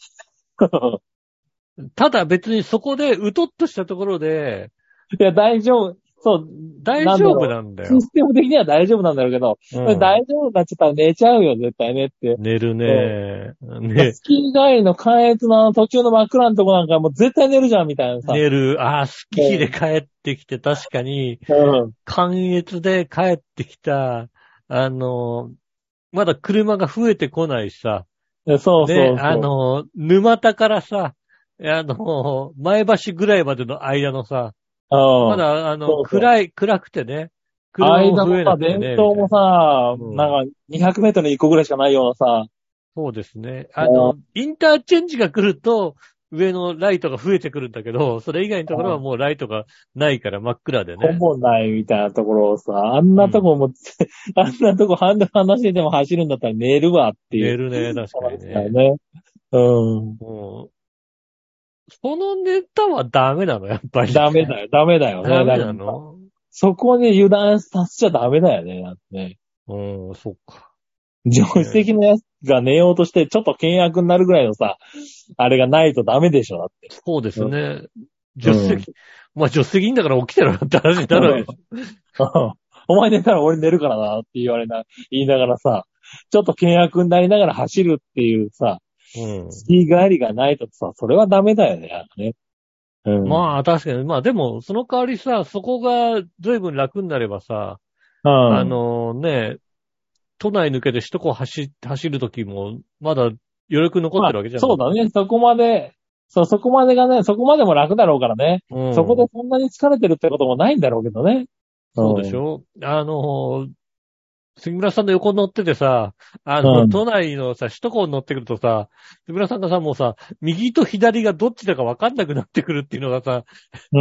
ただ別にそこでうとっとしたところで、 いや、大丈夫。そう、 大丈夫なんだよ。 システム的には大丈夫なんだろうけど、 うん、 大丈夫になっちゃったら寝ちゃうよ、絶対ねって。 寝るね。ね。 スキー帰りの関越のあの途中の真っ暗なとこなんかもう絶対寝るじゃん、みたいなさ。 寝る。ああ、スキーで帰ってきて確かに、 うん。 関越で帰ってきた、あの、まだ車が増えてこないしさ。 そうそうそう。 ね、あの、沼田からさ、あの、前橋ぐらいまでの間のさ、 うん、 まだ、あの、 そうそう暗い、暗くてね、車も間もさ、 増えなくてね。 伝統もさ、 うんなんかにひゃくメートルにいっこぐらいしかないようなさ。 そうですね。あの、インターチェンジが来ると、上のライトが増えてくるんだけど、それ以外のところはもうライトがないから真っ暗でね。 ほぼないみたいなところをさ、あんなとこも、うん、あんなとこハンドル離してても走るんだったら寝るわっていう。 寝るね、確かにね。 ね。うん。 うん。そのネタはダメなの、やっぱり。 ダメだよ、ダメだよね。 ダメなの？ そこに油断させちゃダメだよね、だってね。 うん、そっか。 助手席のやつが寝ようとして、ちょっと険悪になるぐらいのさ、あれがないとダメでしょ、だって。 そうですね。助手席、うん、まあ助手席いいんだから起きてろよって話になるわけです。 お前寝たら俺寝るからなって言われな、言いながらさ、ちょっと険悪になりながら走るっていうさ、うん。スキー帰りがないとさ、それはダメだよね、ね。 うん、まあ確かに。まあでも、その代わりさ、そこが随分楽になればさ、うん、あのね、都内抜けて首都高走、走るときも、まだ余力残ってるわけじゃん、まあ。 そうだね。そこまで、そう、そこまでがね、そこまでも楽だろうからね。うん、そこでそんなに疲れてるってこともないんだろうけどね。 そうでしょ、うん、あの、杉村さんの横乗っててさ、あの、うん、都内のさ、首都高に乗ってくるとさ、杉村さんがさ、もうさ、右と左がどっちだか分かんなくなってくるっていうのがさ、うん。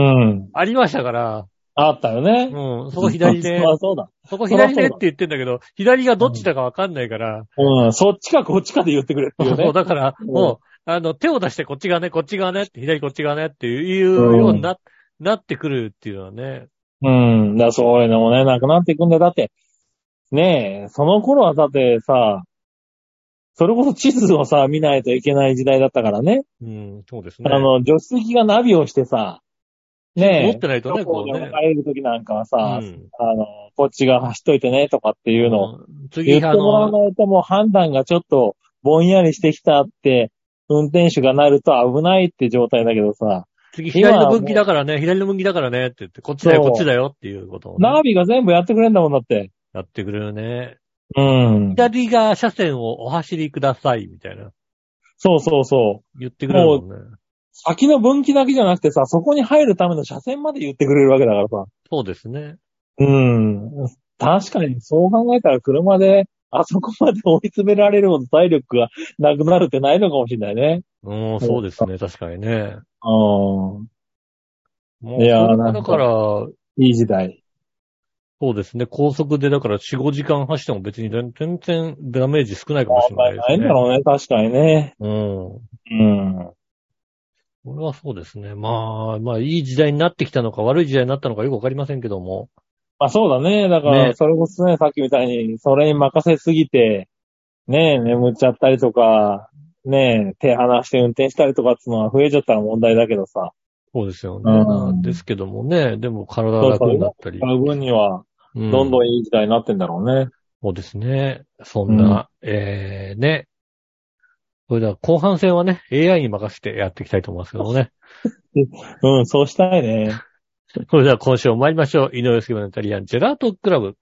ありましたから。 あったよね。 うん。そこ左で。 そうそうだ。 そこ左でって言ってんだけど、左がどっちだか分かんないから。 うん。うん、そっちかこっちかで言ってくれっていうね。 そう、だから、もう、あの、手を出してこっち側ね、こっち側ねって、左こっち側ねっていうようにな、うん、なってくるっていうのはね。 うん。だそういうのもね、なくなっていくんで、だって、ねえ、その頃はだってさ、それこそ地図をさ、見ないといけない時代だったからね。 うん、そうですね。 あの、助手席がナビをしてさ、ねえ。 持ってないとね、こうね。 帰るときなんかはさ、うん、あの、こっちが走っといてね、とかっていうのを、うん、 次言ってもらわないともう判断がちょっとぼんやりしてきたって、運転手がなると危ないって状態だけどさ。 次、左の分岐だからね、左の分岐だからねって言って、こっちだよ、こっちだよっていうことを、ね。 ナビが全部やってくれんだもんだって。 やってくれるね。 うん。 左側車線をお走りください、みたいな。 そうそうそう。 言ってくれるもんね。 先の分岐だけじゃなくてさ、そこに入るための車線まで言ってくれるわけだからさ。 そうですね。 うん。確かに、そう考えたら車で、あそこまで追い詰められるほど体力がなくなるってないのかもしれないね。 うん、そうですね、確かにね。 うん。もう、いや、だから、 いい時代。 そうですね。高速でだからよん、ごじかん走っても別に全然ダメージ少ないかもしれないですね。 ないんだろうね、確かにね。 うん。 うん。 これはそうですね。まあ、まあ、いい時代になってきたのか悪い時代になったのかよくわかりませんけども。 まあそうだね。だから、それこそね、さっきみたいに、それに任せすぎて、ねえ、眠っちゃったりとか、ねえ、手離して運転したりとかっていうのは増えちゃったら問題だけどさ。 そうですよね。うん、ですけどもね、でも体が楽になったり。 そうそう、分には、どんどんいい時代になってんだろうね。うん、 そうですね。そんな、うん、えー、ね。それでは後半戦はね、エーアイ に任せてやっていきたいと思いますけどもね。 うん、そうしたいね。 それでは今週も参りましょう。井上杉村のイタリアンジェラートクラブ。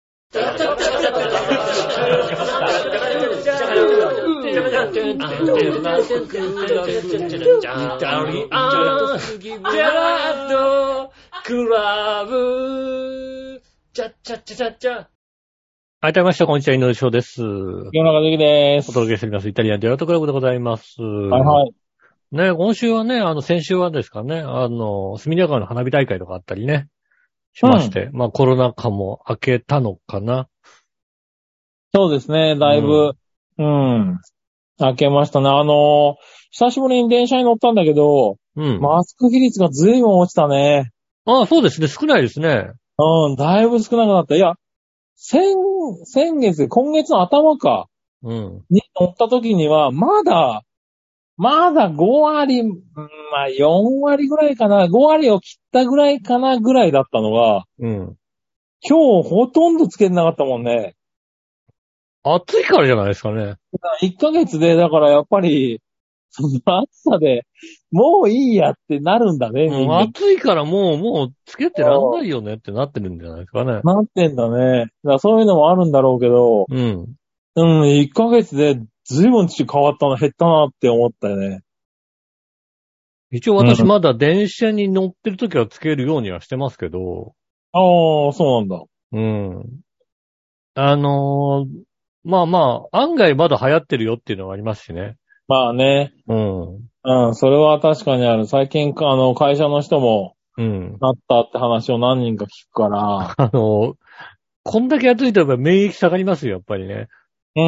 改めまして、こんにちは、井上翔です。 世の中的です。 お届けしております。イタリアンジェラートクラブでございます。 はいはい。 ね、今週はね、あの、先週はですかね、あの、隅田川の花火大会とかあったりね、しまして、うん、まあコロナ禍も明けたのかな。 そうですね、だいぶ、うん、うん、明けましたね。あの、久しぶりに電車に乗ったんだけど、うん、マスク比率がずいぶん落ちたね。 ああ、そうですね、少ないですね。 うん、だいぶ少なくなった。いや、先、先月、今月の頭か、うん、に乗った時には、まだ、まだご割、まあよん割ぐらいかな、ご割を切ったぐらいかなぐらいだったのが、うん。今日ほとんどつけてなかったもんね。 暑いからじゃないですかね。 いっかげつで、だからやっぱり、その暑さで、もういいやってなるんだね、 うん、暑いからもう、もうつけてらんないよねってなってるんじゃないですかね。 なってんだね。だからそういうのもあるんだろうけど、うん。うん、いっかげつでずいぶん変わったな、減ったなって思ったよね。 一応私まだ電車に乗ってるときはつけるようにはしてますけど。 ああ、そうなんだ。 うん。あのー、まあまあ、案外まだ流行ってるよっていうのがありますしね。 まあね。うん。うん、それは確かにある。最近、あの、会社の人も、うん。なったって話を何人か聞くから。 あのー、こんだけ暑いとやっぱ免疫下がりますよ、やっぱりね。うん。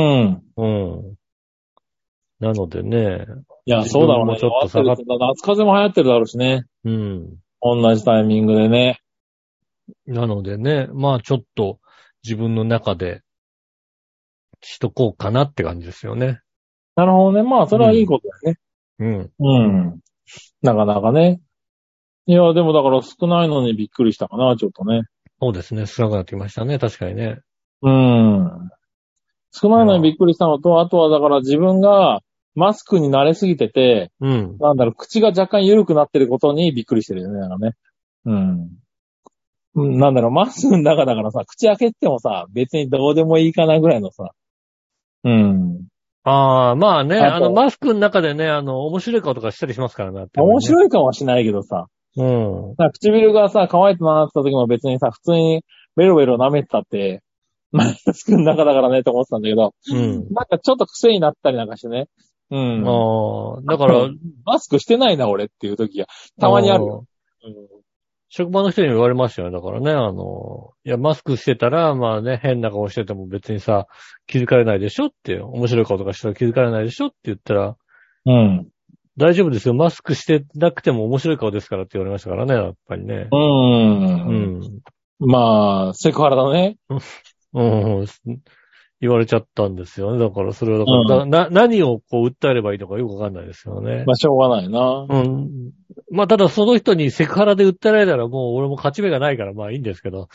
うん。なのでね。 いや、そうだろうね。ちょっと下がって。夏風邪も流行ってるだろうしね。うん。同じタイミングでね。 なのでね、まあちょっと自分の中でしとこうかなって感じですよね。 なるほどね。まあそれはいいことだよね。うん。うん。なかなかね。いや、でもだから少ないのにびっくりしたかな、ちょっとね。 そうですね。少なくなってきましたね。確かにね。 うん。少ないのにびっくりしたのと、あとはだから自分がマスクに慣れすぎてて、うん。なんだろう、口が若干緩くなってることにびっくりしてるよね、なんかね。うん。なんだろう、マスクの中だからさ、口開けてもさ、別にどうでもいいかなぐらいのさ。うん。 ああ、まあね、あの、マスクの中でね、あの、面白い顔とかしたりしますからね。 面白い顔はしないけどさ。うん。唇がさ、乾いてなってた時も別にさ、普通にベロベロ舐めてたって、マスクの中だからねって思ってたんだけど、うん。なんかちょっと癖になったりなんかしてね。うん。ああ、だから、マスクしてないな、俺っていう時が、たまにあるよ。うん。 職場の人にも言われましたよ。だからね、あの、いや、マスクしてたら、まあね、変な顔してても別にさ、気づかれないでしょって、面白い顔とかしたら気づかれないでしょって言ったら、うん。大丈夫ですよ。マスクしてなくても面白い顔ですからって言われましたからね、やっぱりね。うーん。 うん。まあ、セクハラだね。 うん。言われちゃったんですよね。だからそれはだから、うん、な、何をこう訴えればいいのかよくわかんないですよね。 まあしょうがないな。 うん。まあただその人にセクハラで訴えられたらもう俺も勝ち目がないからまあいいんですけど。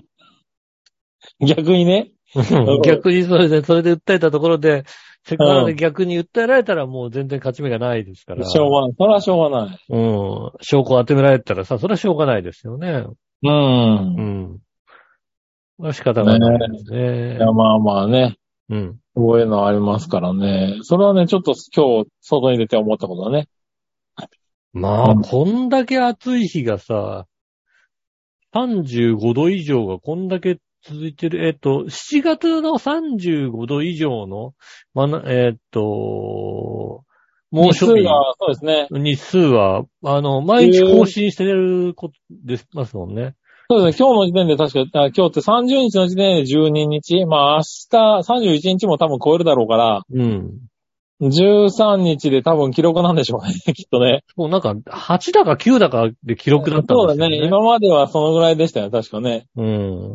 逆にね。 逆にそれで、それで訴えたところで、セクハラで逆に訴えられたらもう全然勝ち目がないですから。 しょうがない。それはしょうがない。 うん。証拠を集められたらさ、それはしょうがないですよね。うん。うん。仕方がないですね。 いや、まあまあね。うん。そういうのありますからね。それはね、ちょっと今日、外に出て思ったことだね。 まあ、うん、こんだけ暑い日がさ、さんじゅうごど以上がこんだけ続いてる。えっと、しちがつのさんじゅうごど以上の、まな、えっと、猛暑日。日数が、そうですね。 日数は、あの、毎日更新してることですますもんね。 そうですね。今日の時点で確か、今日ってさんじゅうにちの時点でじゅうににち。まあ明日さんじゅういちにちも多分超えるだろうから。うん。じゅうさんにちで多分記録なんでしょうね。きっとね。 もうなんか、はちだかきゅうだかで記録だったんですよね。 そうだね。今まではそのぐらいでしたよ。確かね。うん。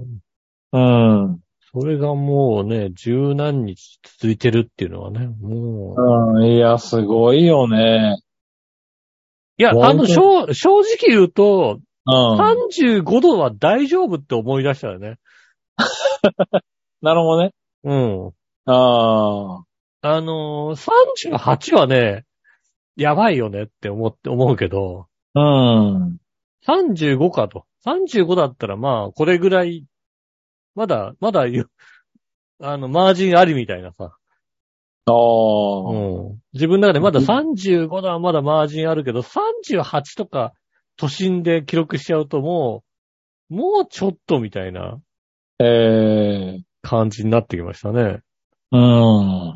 うん。 それがもうね、十何日続いてるっていうのはね、もう。うん。いや、すごいよね。 いや、あの、正、正直言うと、うん、さんじゅうごどは大丈夫って思い出したよね。 なるほどね。 うん。ああ。あのー、さんじゅうはちはね、やばいよねって思って、思うけど。うん。 さんじゅうごかと。さんじゅうごだったらまあ、これぐらい、まだ、まだ、あの、マージンありみたいなさ。 ああ。 うん。自分の中でまださんじゅうごだはまだマージンあるけど、さんじゅうはちとか都心で記録しちゃうともう、もうちょっとみたいなええ感じになってきましたね。 うん。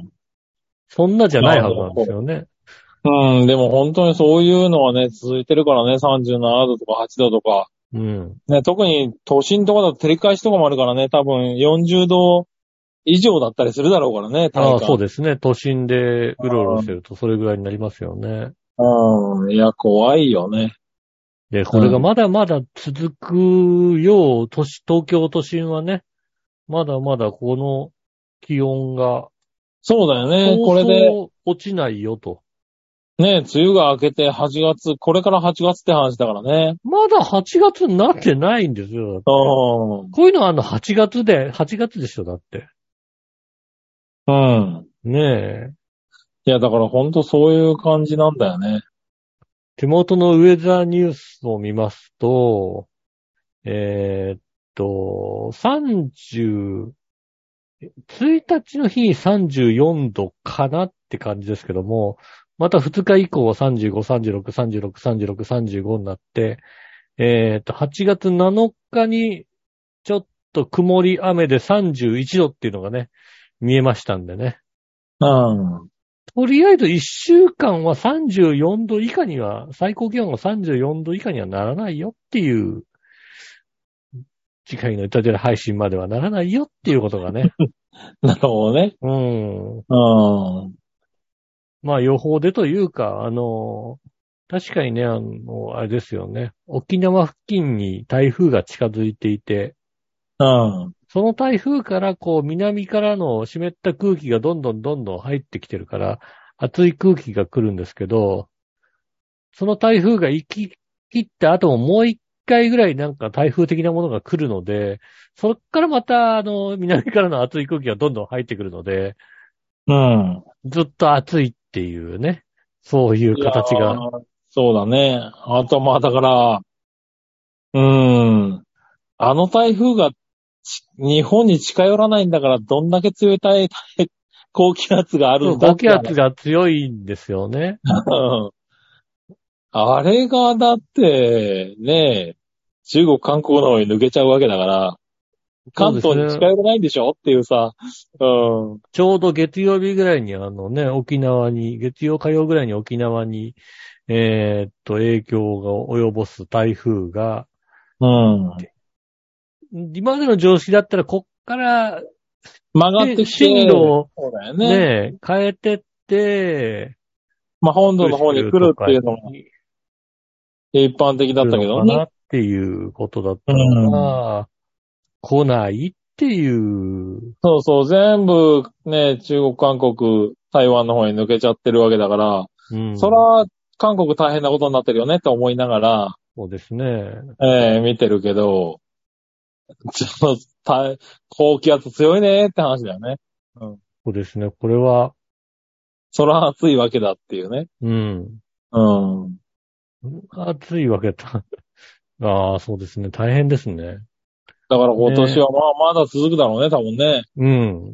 そんなじゃないはずなんですよね。 うん、でも本当にそういうのはね、続いてるからね、さんじゅうななどとかはちどとか。 うん。 ね、特に都心とかだと照り返しとかもあるからね、多分よんじゅうど以上だったりするだろうからね、体ああ、 感。 そうですね。都心でうろうろしてるとそれぐらいになりますよね。 うん。いや、怖いよね。 で、これがまだまだ続くよう、都市、東京都心はね、まだまだこの気温が、 そうだよね。 そうこれで、 そう落ちないよと。 ね、梅雨が明けてはちがつ、これからはちがつって話だからね。 まだはちがつになってないんですよ。 うん。 こういうのはあのはちがつで、はちがつでしょ、だって。 うん。 ねえ。 いや、だからほんとそういう感じなんだよね。 手元のウェザーニュースを見ますと、えーっと、さんじゅう、ついたちの日にさんじゅうよんどかなって感じですけども、またふつか以降はさんじゅうご、さんじゅうろく、さんじゅうろく、さんじゅうろく、さんじゅうごになって、えーっと、はちがつなのかにちょっと曇り雨でさんじゅういちどっていうのがね、見えましたんでね。 うん。 とりあえずいっしゅうかんはさんじゅうよんど以下には、最高気温がさんじゅうよんど以下にはならないよっていう、次回のイタジェラ配信まではならないよっていうことがね。 なるほどね。 うん。 うん。 まあ予報でというか、あの、確かにね、あの、あれですよね。沖縄付近に台風が近づいていて、 うん。 その台風からこう南からの湿った空気がどんどんどんどん入ってきてるから、熱い空気が来るんですけど、その台風が行き切った後ももう一回ぐらいなんか台風的なものが来るので、そっからまたあの南からの熱い空気がどんどん入ってくるので、 うん。 ずっと暑いっていうね、そういういや形が。 ー、そうだね。あとまあだから、うーん。あの台風がち日本に近寄らないんだから、どんだけ冷たい高気圧があるんだ高って話。 気圧が強いんですよね。 うんあれがだって、ね、中国、韓国の方に抜けちゃうわけだから、関東に近ね。 寄らないんでしょっていうさ、うん。 ちょうど月曜日ぐらいにあのね、沖縄に、月曜火曜ぐらいに沖縄に、えーっと、影響が及ぼす台風が、 うん。 今までの常識だったら、こっから、 曲がってきて、 進路をそうだよね。 ね、変えてって、 まあ、本土の方に来るっていうのが来一般的だったけどね。 るのかなっていうことだったうのん。 が、来ないっていう。 そうそう、全部ね、中国、韓国、台湾の方に抜けちゃってるわけだから、 うん。 そら、韓国大変なことになってるよねって思いながら、 そうですね。 ええ見てるけど、ちょっと、た高気圧強いねって話だよね。うん。 そうですね。これは、 そら暑いわけだっていうね。 うん。 うん。 暑いわけだ。ああ、そうですね。大変ですね。 だから今年ね。 はまあまだ続くだろうね、多分ね。 うん。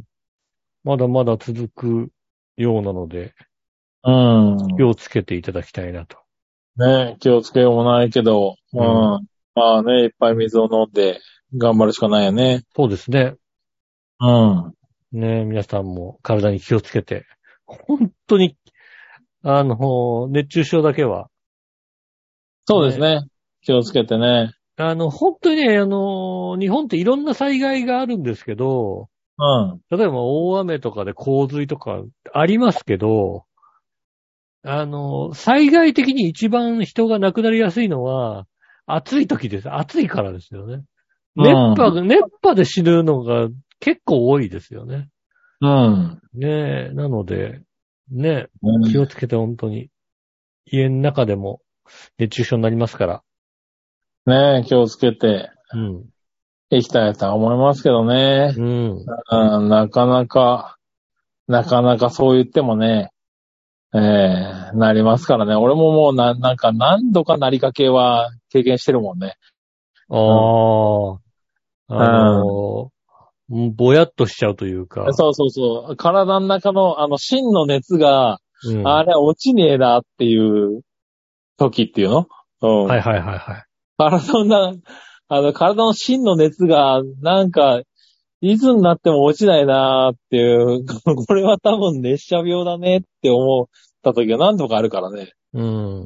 まだまだ続くようなので、 うん。 気をつけていただきたいなと。 ね気をつけようもないけど、うん。 うんまあね、いっぱい水を飲んで頑張るしかないよね。 そうですね。 うん。 ね、皆さんも体に気をつけて、本当に、あの、熱中症だけは、 そうですね。気をつけてね。 あの、本当にね、あの、日本っていろんな災害があるんですけど、 うん。 例えば大雨とかで洪水とかありますけど、あの、災害的に一番人が亡くなりやすいのは、暑い時です。暑いからですよね。熱波、熱波で死ぬのが結構多いですよね。 うん。 ねえ、なので、ねうんえ、気をつけて本当に、家の中でも熱中症になりますから。 ね気をつけてうん。 いきたいとは思いますけどね。 うん。 うん、なかなか、なかなかそう言ってもね、 ええー、なりますからね。俺ももうな、なんか何度かなりかけは経験してるもんね。 ああ、あのうん、 ー、ぼやっとしちゃうというか。 そうそうそう。体の中のあの芯の熱が、 うん。 あれ落ちねえなっていう時っていうのうん。 はいはいはいはい。 体のな、あの体の芯の熱がなんか、いつになっても落ちないなーっていう、これは多分熱射病だねって思った時は何度かあるからね。 うん。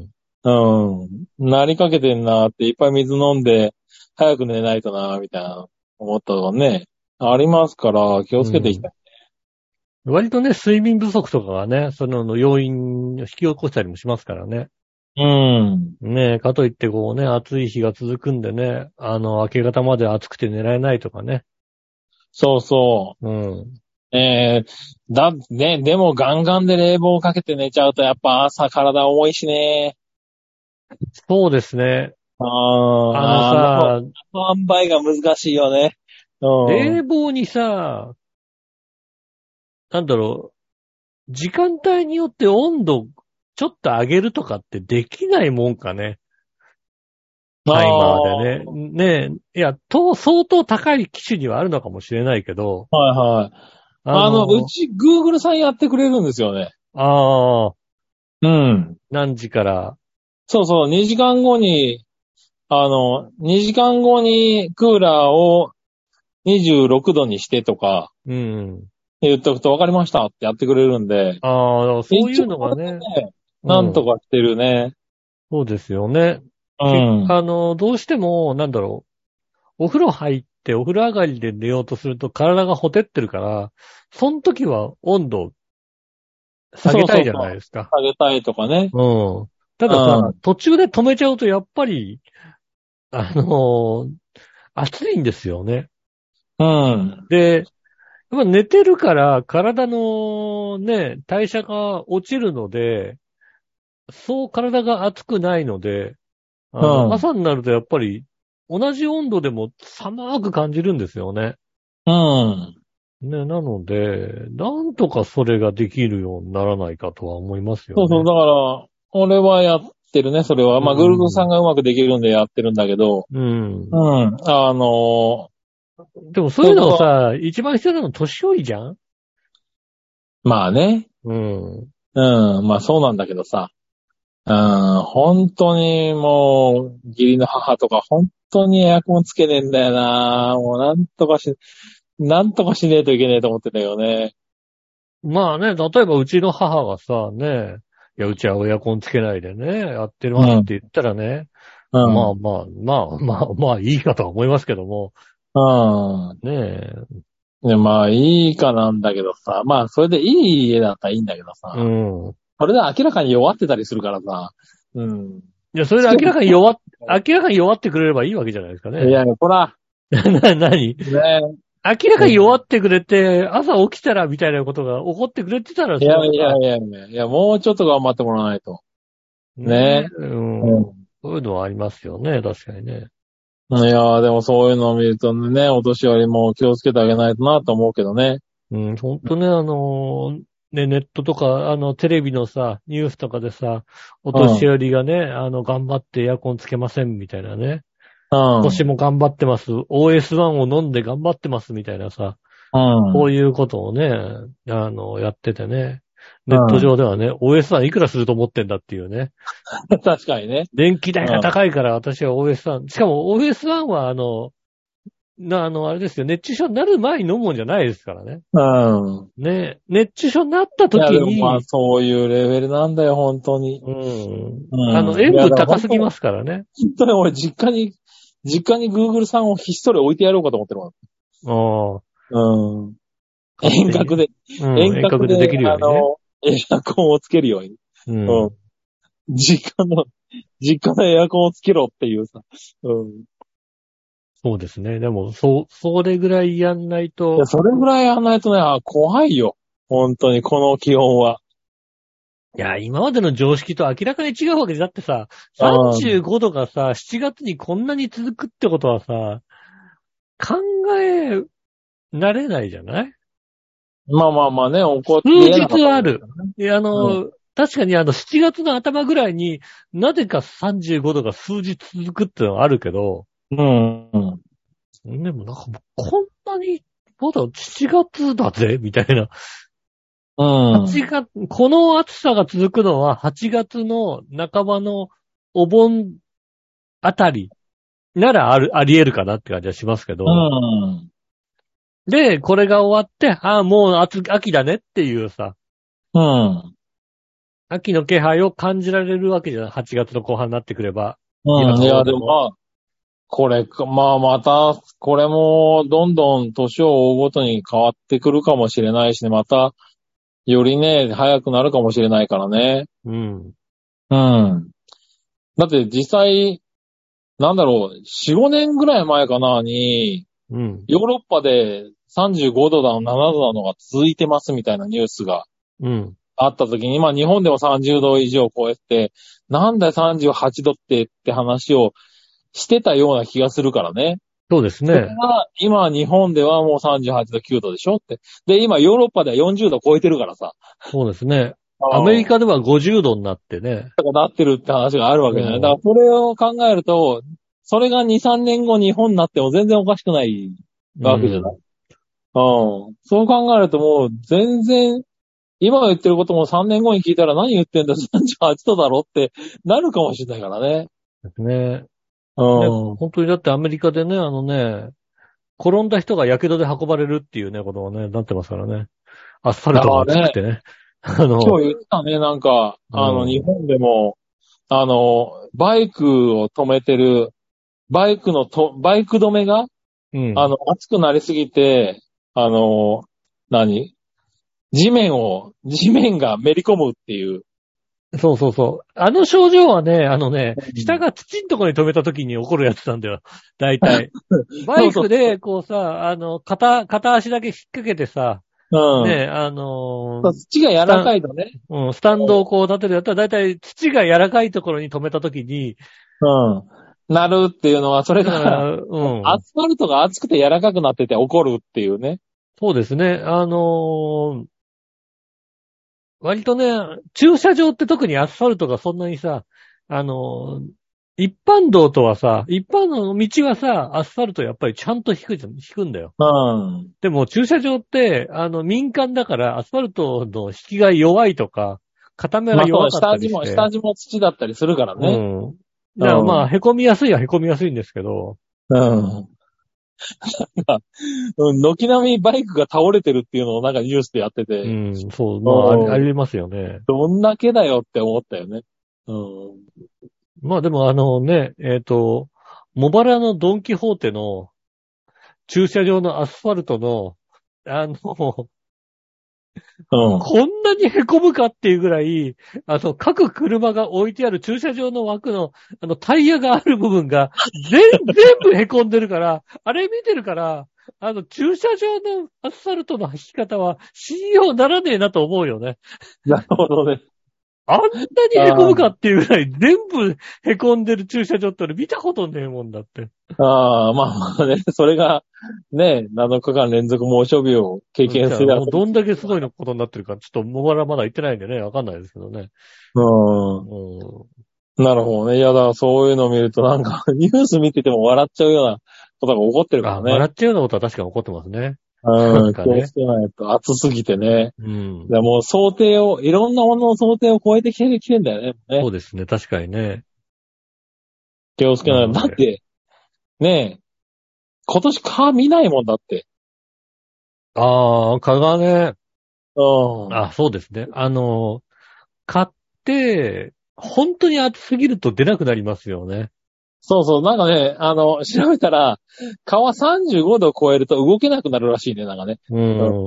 うん。なりかけてんなーっていっぱい水飲んで、早く寝ないとなーみたいな思ったのがね、ありますから気をうん。 つけていきたい。 割とね、睡眠不足とかがね、その要因を引き起こしたりもしますからね。 うん。 ねえ、かといってこうね、暑い日が続くんでね、あの、明け方まで暑くて寝られないとかね。 そうそうん。 う。えー、だ、ね、でもガンガンで冷房をかけて寝ちゃうとやっぱ朝体重いしね。 そうですね。 ああのー、あの、 さ、 塩梅が難しいよね。うん。 冷房にさ、なんだろう、時間帯によって温度ちょっと上げるとかってできないもんかね。 あタイマーであ、 ね。ねえ、いや、と、相当高い機種にはあるのかもしれないけど、 はいはい。 ああの、うの、 ち、Google さんやってくれるんですよね。 ああ、 うん。 何時から、 そうそう、にじかんごに、あの、にじかんごにクーラーをにじゅうろくどにしてとかうん。 言っとくと分かりましたってやってくれるんで、 ああ、そういうの一応これがね、 でね、 うなんとん。 かしてるね。 そうですよね。 うけ、 ん。 あの、どうしても、なんだろう、お風呂入ってお風呂上がりで寝ようとすると体がほてってるから、その時は温度を下げたいじゃそうそうそう。 ないですか。 下げたいとかね。 うん。たうださ、 ん。 途中で止めちゃうとやっぱり、あの暑いんですよね。 うん。 で、やっぱ寝てるから体のね、代謝が落ちるので、そう体が熱くないので、 うあの、 ん。 朝になるとやっぱり同じ温度でも寒く感じるんですよね。 うん。 ね、なので、なんとかそれができるようにならないかとは思いますよそうそう。 ね。 だから、俺はやってるね、それは。 うまあ、グルグルさんん。 がうまくできるんでやってるんだけど、 うん。 うん。あのでもそういうそういうことは、 のをさ、一番必要なの年寄りじゃん。 まあね。 うん。 うん。まあそうなんだけどさ。うん。本当にもう、義理の母とか本当にエアコンつけねえんだよな。もうなんとかし、なんとかしねえといけねえと思ってんだよね。 まあね、例えばうちの母がさ、ね、いや、うちはエアコンつけないでね、やってうん。 ますって言ったらね、 うん。 まあまあ、まあまあまあいいかとは思いますけども、 うん。 ねえ、 ね、まあいいかなんだけどさ。まあそれでいい家だったらいいんだけどうさ。 ん。 それで明らかに弱ってたりするからさ。うん。 いや、それでつけ明らかに弱っ、明らかに弱ってくれればいいわけじゃないですかね。 いや、ほら、 な、なにね。 明らかに弱ってくれて、朝起きたらみたいなことが起こってくれてたら、 いやそれはさ、 いやいやいや、いや、もうちょっと頑張ってもらわないと。ね。 ねえ、うん。 うそういうのはありますよね、確かにね。 ん。いやー、でもそういうのを見るとね、お年寄りも気をつけてあげないとなと思うけどね。 うん、ほんとね、あのーね、ネットとか、あの、テレビのさ、ニュースとかでさ、お年うん。 寄りがね、あの、頑張ってエアコンつけませんみたいなね。 うん。 今年も頑張ってます。オーエスワン を飲んで頑張ってますみたいなさ、 うん。 こういうことをね、あの、やっててね。ネットうん。 上ではね、オーエスワン いくらすると思ってんだっていうね。 確かにね。 電気代がうん。 高いから私は オーエスワン、しかも オーエスワン はあの、な、あの、あれですよ、熱中症になる前に飲むもんじゃないですからね。 うん。 ね、熱中症になったいや、でもまあ、 時に、 そういうレベルなんだよ、本当に。 うん。あの、 うん。いや、 塩分だから本当、 高すぎますからね。 本当に俺、実家に、実家に Google さんをひっそり置いてやろうかと思ってるわ。 ああ、 うん。 勝手にね。 遠隔で、 うん、 遠隔で、 遠隔でできるようにね。 あの、エアコンをつけるように。 ううん。 ん。 実家の、実家のエアコンをつけろっていうさ。うん。いそうですね。でも、そう、それぐらいやんないや、 と、 それぐらいやんないとね、あ、怖いよ。本当に、この気温は。 いや、今までの常識と明らかに違うわけで、だってさ、 うん。 さんじゅうごどがさ、しちがつにこんなに続くってことはさ、考えられないじゃない？ まあまあまあね、怒って数言えなかった日はある。 ことですからね。 いや、あうん。 の、 確かにあのしちがつの頭ぐらいになぜかさんじゅうごどが数日続くっていうのはあるけど、 うん。 でもなんかもうこんなに、まだしちがつだぜみたいな。 うん。 はちがつ、この暑さが続くのははちがつの半ばのお盆あたりならある、あり得るかなって感じはしますけど。 うん。 で、これが終わって、ああ、もう秋、秋だねっていうさ、 うん。 秋の気配を感じられるわけじゃない。はちがつの後半になってくれば。 うん。 今のいや、 方でも。 でもまあ、これか、まあまた、これも、どんどん年を追うごとに変わってくるかもしれないしね、また、よりね、早くなるかもしれないからね。 うん。 うん。だって実際、なんだろう、よん、ごねんぐらい前かなに、 うん。 ヨーロッパでさんじゅうごどだの、ななどだのが続いてますみたいなニュースがうん。 あった時に、まあ日本でもさんじゅうど以上超えて、なんだよさんじゅうはちどってって話をしてたような気がするからね。 そうですそれね。 が、今日本ではもうさんじゅうはちど、きゅうどでしょって。で、今ヨーロッパではよんじゅうど超えてるからさ。 そうですね。アメリカではごじゅうどになってね。 なってるって話があるわけじゃない。 うんだからそれを考えると、それがに、さんねんご日本になっても全然おかしくないわけじゃない。うん。そう考えるともう全然、今言ってることもさんねんごに聞いたら何言ってんださんじゅうはちどだろってなるかもしれないからね。 ですね。ね、 うん。 本当にだってアメリカでね、あのね、転んだ人が火傷で運ばれるっていうね、ことがね、なってますからね。アスファルトが熱くてね。あの、 今日言ってたね、なんか、あの、 うん日本でも、あの、バイクを止めてる、バイクのと、バイク止めが、 うん。 あの、熱くなりすぎて、あの、何地面を、地面がめり込むっていう。 そうそうそう。あの症状はね、あのね、 うん下が土んとこに止めた時に起こるやつなんだよ。大体。バイクで、こうさ、あの、片、片足だけ引っ掛けてさ、 うん。 ね、あのー土が柔らかいとね。 うん、スタンドをこう立てるやったら、大体土が柔らかいところに止めた時に、 うん。なるっていうのは、それが、 だから、うん。 アスファルトが熱くて柔らかくなってて起こるっていうね。 そうですね。あのー割とね、駐車場って特にアスファルトがそんなにさ、あのー一般道とはさ、一般の道はさ、アスファルトやっぱりちゃんと引くじゃん、引くんだよ。 うん。 でも駐車場って、あの、民間だからアスファルトの引きが弱いとか、固めがまあそう、 弱かったりして。 下地も、下地も土だったりするからね。 うん。だからまあ、凹みやすいは凹みやすいんですけど。 うん。うん。軒並みバイクが倒れてるっていうのをなんかニュースでやってて。 うん、そう、まあ、あり、ありますよね。 どんだけだよって思ったよね。うん。 まあでもあのね、えっと、茂原のドンキホーテの駐車場のアスファルトの、あの、 うん。 こんなに凹むかっていうぐらい、あの、各車が置いてある駐車場の枠の、あの、タイヤがある部分が、全、全部凹んでるから、あれ見てるから、あの、駐車場のアスファルトの履き方は信用ならねえなと思うよね。 なるほどね。 あんなに凹むかっていうぐらい全部凹んでる駐車場って俺見たことねえもんだって。 ああ、まあまあね、それが、ね、なのかかん連続猛暑日を経験するもうどんだけすごいのことになってるか、ちょっともがらまだ言ってないんでね、わかんないですけどね。 う。 うんん。なるほどね。いやだ、そういうのを見るとなんか、ニュース見てても笑っちゃうようなことが起こってるかあ、 らね。 笑っちゃうようなことは確かに起こってますね。 うん。 かね気をつけないと暑すぎてね。 うん。 でもう想定を、いろんなものの想定を超えてきてる、きてんだよね。ねそうですね、確かにね。 気をつけないと。 うんだって、ねえ、今年蚊見ないもんだって。 ああ、蚊がね、 うん。 あ、そうですね。あの、蚊って、本当に暑すぎると出なくなりますよね。 そうそう、なんかね、あの、調べたら、蚊はさんじゅうごどを超えると動けなくなるらしいね、なんかね。 うん。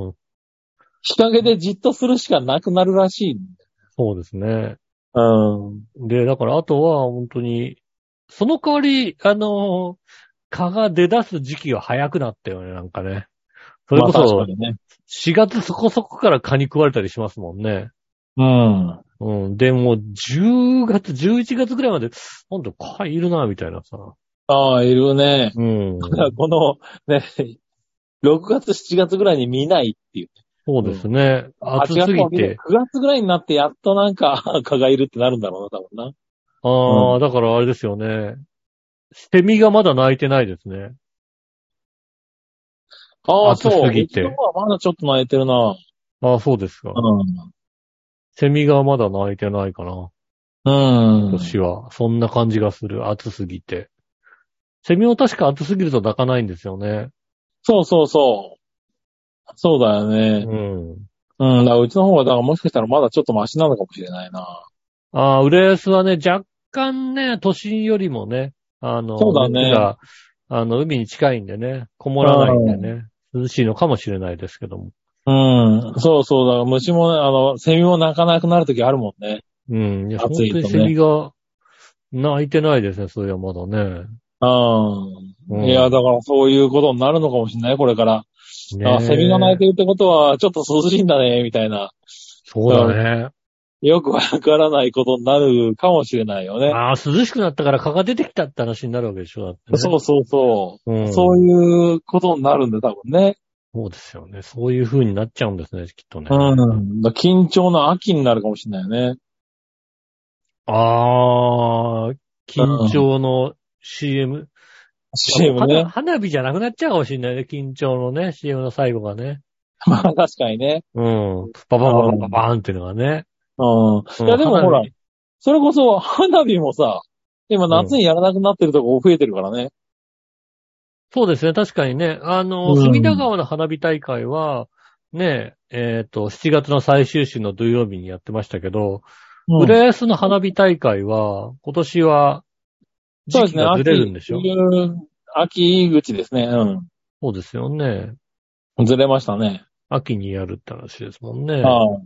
日陰でじっとするしかなくなるらしい。 そうですね。 うん。 で、だからあとは本当に、その代わり、あの、蚊が出だす時期が早くなったよね、なんかね。それこまあ確かそ、 にね。 しがつそこそこから蚊に食われたりしますもんね。 うん。 うん。で、もうじゅうがつ、じゅういちがつぐらいまで、ほんと蚊いるな、みたいなさ。 ああ、いるね。 うん。 この、ね、ろくがつ、しちがつぐらいに見ないっていう。 そうですね。暑すぎて。 くがつぐらいになってやっとなんか蚊がいるってなるんだろうな、多分な。 ああ、 うんだからあれですよね。セミがまだ鳴いてないですね。 ああ、 暑そう。 すぎて。 うちの方はまだちょっと泣いてるな。 ああ、そうですか。 うセミがまだ鳴いてないかな。 ん。うん。 今年は。そんな感じがする。暑すぎて。セミも確か暑すぎると鳴かないんですよね。 そうそうそう。そうだよね。 うん。 うん。だからうちの方は、だからもしかしたらまだちょっとマシなのかもしれないな。 ああ、浦安はね、若干ね、都心よりもね、あの、 そうだね熱が、あの、海に近いんでね、こもらないんでね、涼しいのかもしれないですけども。 うん。そうそう。だから虫もね、あの、セミも鳴かなくなるときあるもんね。 うん。いや、 暑いとね本当にセミが鳴いてないですね、そういや、まだね。 うん。 うんいや、だからそういうことになるのかもしれない、これから。 ねあ、セミが鳴いてえ。 るってことは、ちょっと涼しいんだね、みたいな。 そうだね。 よくわからないことになるかもしれないよね。 ああ、涼しくなったから蚊が出てきたって話になるわけでしょ、だってね。 そうそうそう。 うん。 そういうことになるんだ、多分ね。 そうですよね。そういう風になっちゃうんですね、きっとね。 うん。だ緊張の秋になるかもしれないよね。 ああ、緊張の シーエム。 シーエム花ね。 花火じゃなくなっちゃうかもしれないね。緊張のね、シーエム の最後がね。 まあ確かにね。 うん。ババババババーンっていうのがね。 うん。いやでもほら花火、 それこそ花火もさ、今夏にやらなくなってるとこ増えてるからね。 そうですね。確かにね。あの、 うん隅田川の花火大会は、ね、えっと、しちがつの最終週の土曜日にやってましたけど、 うん浦安の花火大会は、今年は、 そうですね。 時期がずれるんでしょ？ 秋、秋口ですね。 そうですよね。 うん。ずれましたね。 秋にやるって話ですもんね。 はい。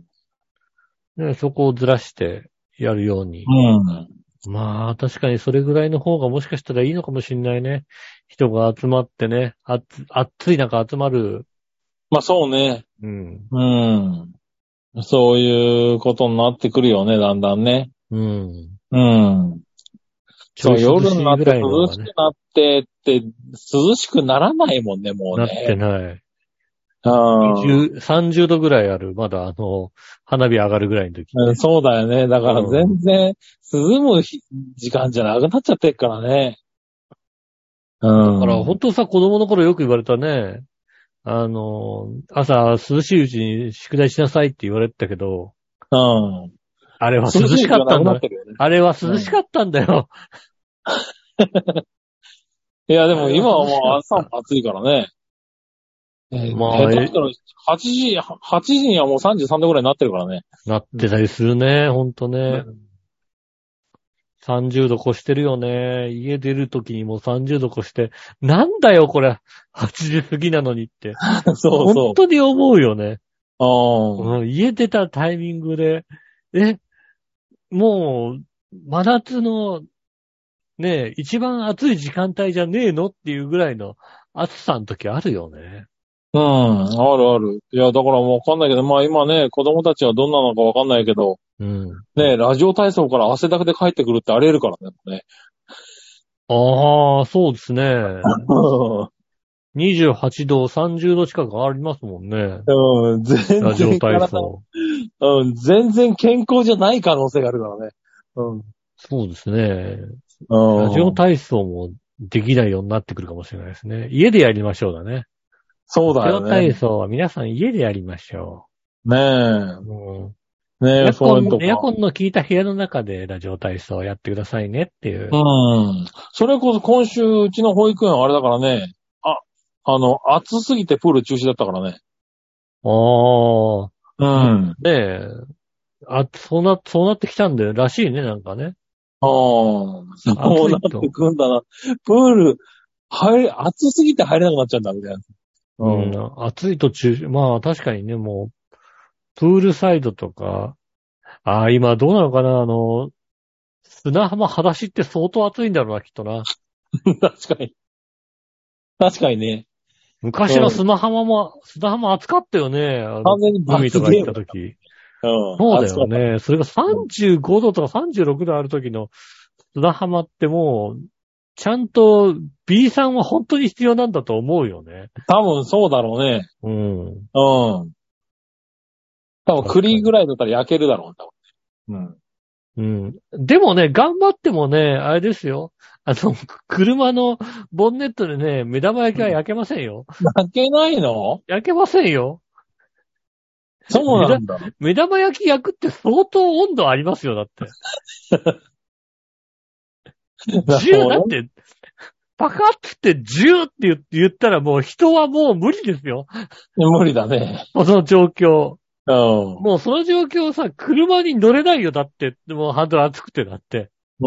ね、そこをずらしてやるように。 うん。 まあ、確かにそれぐらいの方がもしかしたらいいのかもしれないね。人が集まってね、あつ暑い中集まる。 まあそうね。 うん。 うん。そういうことになってくるよね、だんだんね。 うん。 うん。そう、 ちょい涼しいぐ夜になってらいのがね、 涼しくなってって、涼しくならないもんね、もうなってね。 ない。 うんにじゅう、さんじゅうどぐらいある。まだあの、花火上がるぐらいの時、 うん。そうだよね。だから全然、涼む日時間じゃなくなっちゃってっからね。うん。 だから本当さ、子供の頃よく言われたね。あの、朝涼しいうちに宿題しなさいって言われてたけど、 うん。 あれは涼しかったんだ。 涼しい時間なくなってるよね。 あれは涼しかったんだよ。 いや、でも今はもう朝も暑いからね。えーまあ下手したらはちじ、はちじにはもうさんじゅうさんどぐらいになってるからね。 なってたりするね、ほんとね。 うんさんじゅうど越してるよね。家出るときにもうさんじゅうど越して、なんだよこれ、はちじ過ぎなのにって。 そうそう本。当に思うよね。 あうん、家出たタイミングで、え、もう、真夏の、ね、一番暑い時間帯じゃねえのっていうぐらいの暑さの時あるよね。 あ。うん。あるある。いや、だからもうわかんないけど、まあ今ね、子供たちはどんなのかわかんないけど、 うん。 ね、ラジオ体操から汗だくで帰ってくるってあり得るからね。ねああ、そうですね。 うにじゅうはちど、さんじゅうど近くありますもんね。 ん、全ラジオ然体操。 うん、全然健康じゃない可能性があるからね。うん。 そうですね。 うんラジオ体操もできないようになってくるかもしれないですね。家でやりましょうだね。 そうだよラジオ体ね。 操は皆さん家でやりましょねう。うんえ。ねエえ、 アコン、 そういうとか。 エアコンの効いた部屋の中でラジオ体操をやってくださいねっていう。 うん。それこそ今週、うちの保育園はあれだからね。あ、あの、暑すぎてプール中止だったからね。 ああ、 うん。 ねえ。あ、そうな、そうなってきたんだよ。らしいね、なんかね。 ああ、そうなってくんだな。プール、入れ、暑すぎて入れなくなっちゃうんだ、みたいな。 うん。暑いと中止。まあ確かにね、もう、プールサイドとか、ああ、今どうなのかな、あの、砂浜裸足って相当暑いんだろうな、きっとな。 確かに。確かにね。 昔の砂浜も、砂浜暑かったよね。あの完全に罰ゲーム海とか行った時。 うん。 そうだよね。それがさんじゅうごどとかさんじゅうろくどある時の砂浜ってもう、ちゃんと B さんは本当に必要なんだと思うよね。 多分そうだろうね。 うん。 うん。 多分栗ぐらいだったら焼けるだろう、多分。 うん。うん。でもね、頑張ってもね、あれですよ。あの、車のボンネットでね、目玉焼きは焼けませんよ。 焼けないの？ 焼けませんよ。 そうなんだ。 目玉焼き焼くって相当温度ありますよ、だって。じゅう、だって、パカッってじゅうって言ったらもう人はもう無理ですよ。 無理だね。 この状況。 うん。 もうその状況さ、車に乗れないよ、だって。もうハンドル熱くてだって。 うん。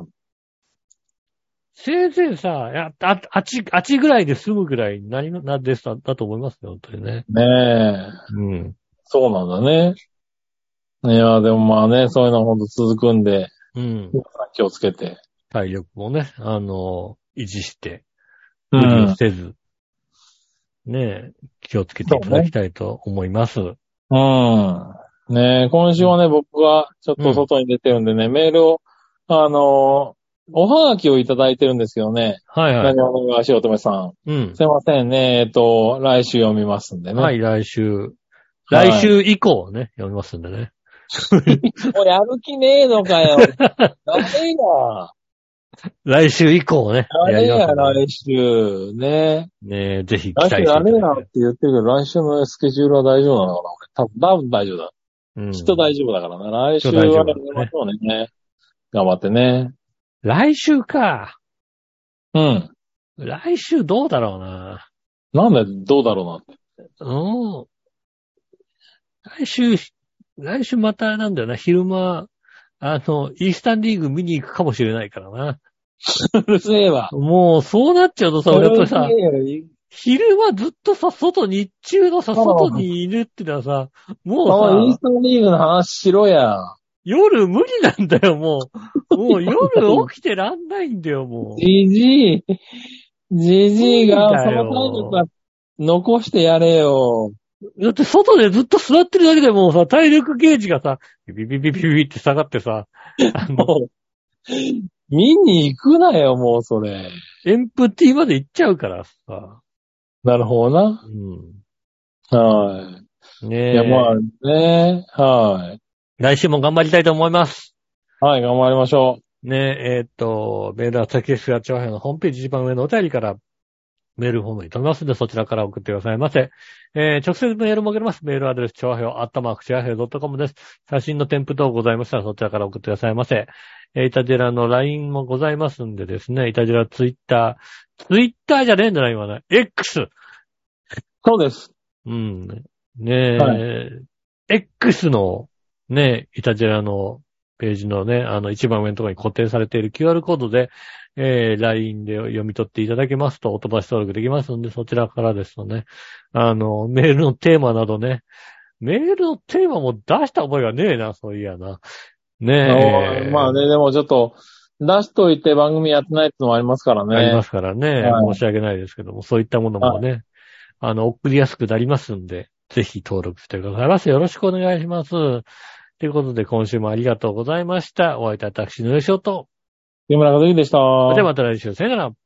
せいぜいさ、や、あ、あち、あちぐらいで済むぐらいになり、なんですだ、だと思いますよ、本当にね。 ねえ。 うん。 そうなんだね。いや、でもまあね、そういうのほんと続くんで、 うん。 気をつけて。 体力もね、あの、維持して、 う無理をん。 せず、ねえ、気をつけていただきたいと思います。 うん。ねえ、今週はね、僕がちょっと外に出てるんでね、メールを、あの、おはがきをいただいてるんですけどね。 はいはい。 何をお願いしよう、とめさん。 うん。 すいませんね。えっと、来週読みますんでね。 はい、来週。 はい来週以降ね、読みますんでね。 もうやる気ねえのかよ。ダメだ。 来週以降ね。 やれや、 りますんで来週。ねねえ、ぜひ期来週待していただいて。 やれやって言ってるけど、来週のスケジュールは大丈夫なのかな俺。多分、多分大丈夫だ。 うん。 きっと大丈夫だからな。来週きっと大丈は夫だねやりましょうね。頑張ってね。 来週か。 うん。 来週どうだろうな。 なんで、どうだろうなって。 うん。来週、来週またなんだよな、昼間、あの、イースタンリーグ見に行くかもしれないからな。 うるせえわ。 もう、そうなっちゃうとさ、俺やっぱりさ、 うるせえよ昼間ずっとさ、外、日中のさ、外にいるってのはさ、もうさ、 あイースタンリーグの話しろや。 夜無理なんだよ、もう。もう夜起きてらんないんだよ、もう。 じじい。じじいが、 無理だよその体力は残してやれよ。 だって外でずっと座ってるだけでもうさ、体力ゲージがさ、ビビビビビビって下がってさ、あの、 もう、見に行くなよ、もうそれ。 エンプティまで行っちゃうからさ。 なるほどな。 うん。 はい。 ねえ。 いや、まあね、はい。 来週も頑張りたいと思います。 はい、頑張りましょねえ、えーっと、メールは先ですが、長編のホームページ一番上のお便りからメールフォームに飛びますので、そちらから送ってくださいませ。えー、直接メールも送れます。メールアドレス、長編、アットマーク、長編 .com です。写真の添付等ございましたら、そちらから送ってくださいませ。えー、イタジェラの ライン もございますんでですね、イタジェラツイッター、ツイッターじゃねえんだな、今ね。X! う。そうです。 うん。ねえ、 は X の、ね、イタジェラのページのね、あの一番上のところに固定されている キューアール コードで、えー、ライン で読み取っていただけますと、お飛ばし登録できますので、そちらからですとね、あの、メールのテーマなどね、メールのテーマも出した覚えがねえな、そういやな。ねえ。 まあね、でもちょっと、出しといて番組やってないってのもありますからね。 ありますからね、 はい、 申し訳ないですけども、そういったものもね、あの、送りやすくなりますんで、ぜひ登録してくださいませ。よろしくお願いします。ということで、今週もありがとうございました。お会いいたい私のよしおと。 木村和之でした。 ではまた来週、さよなら。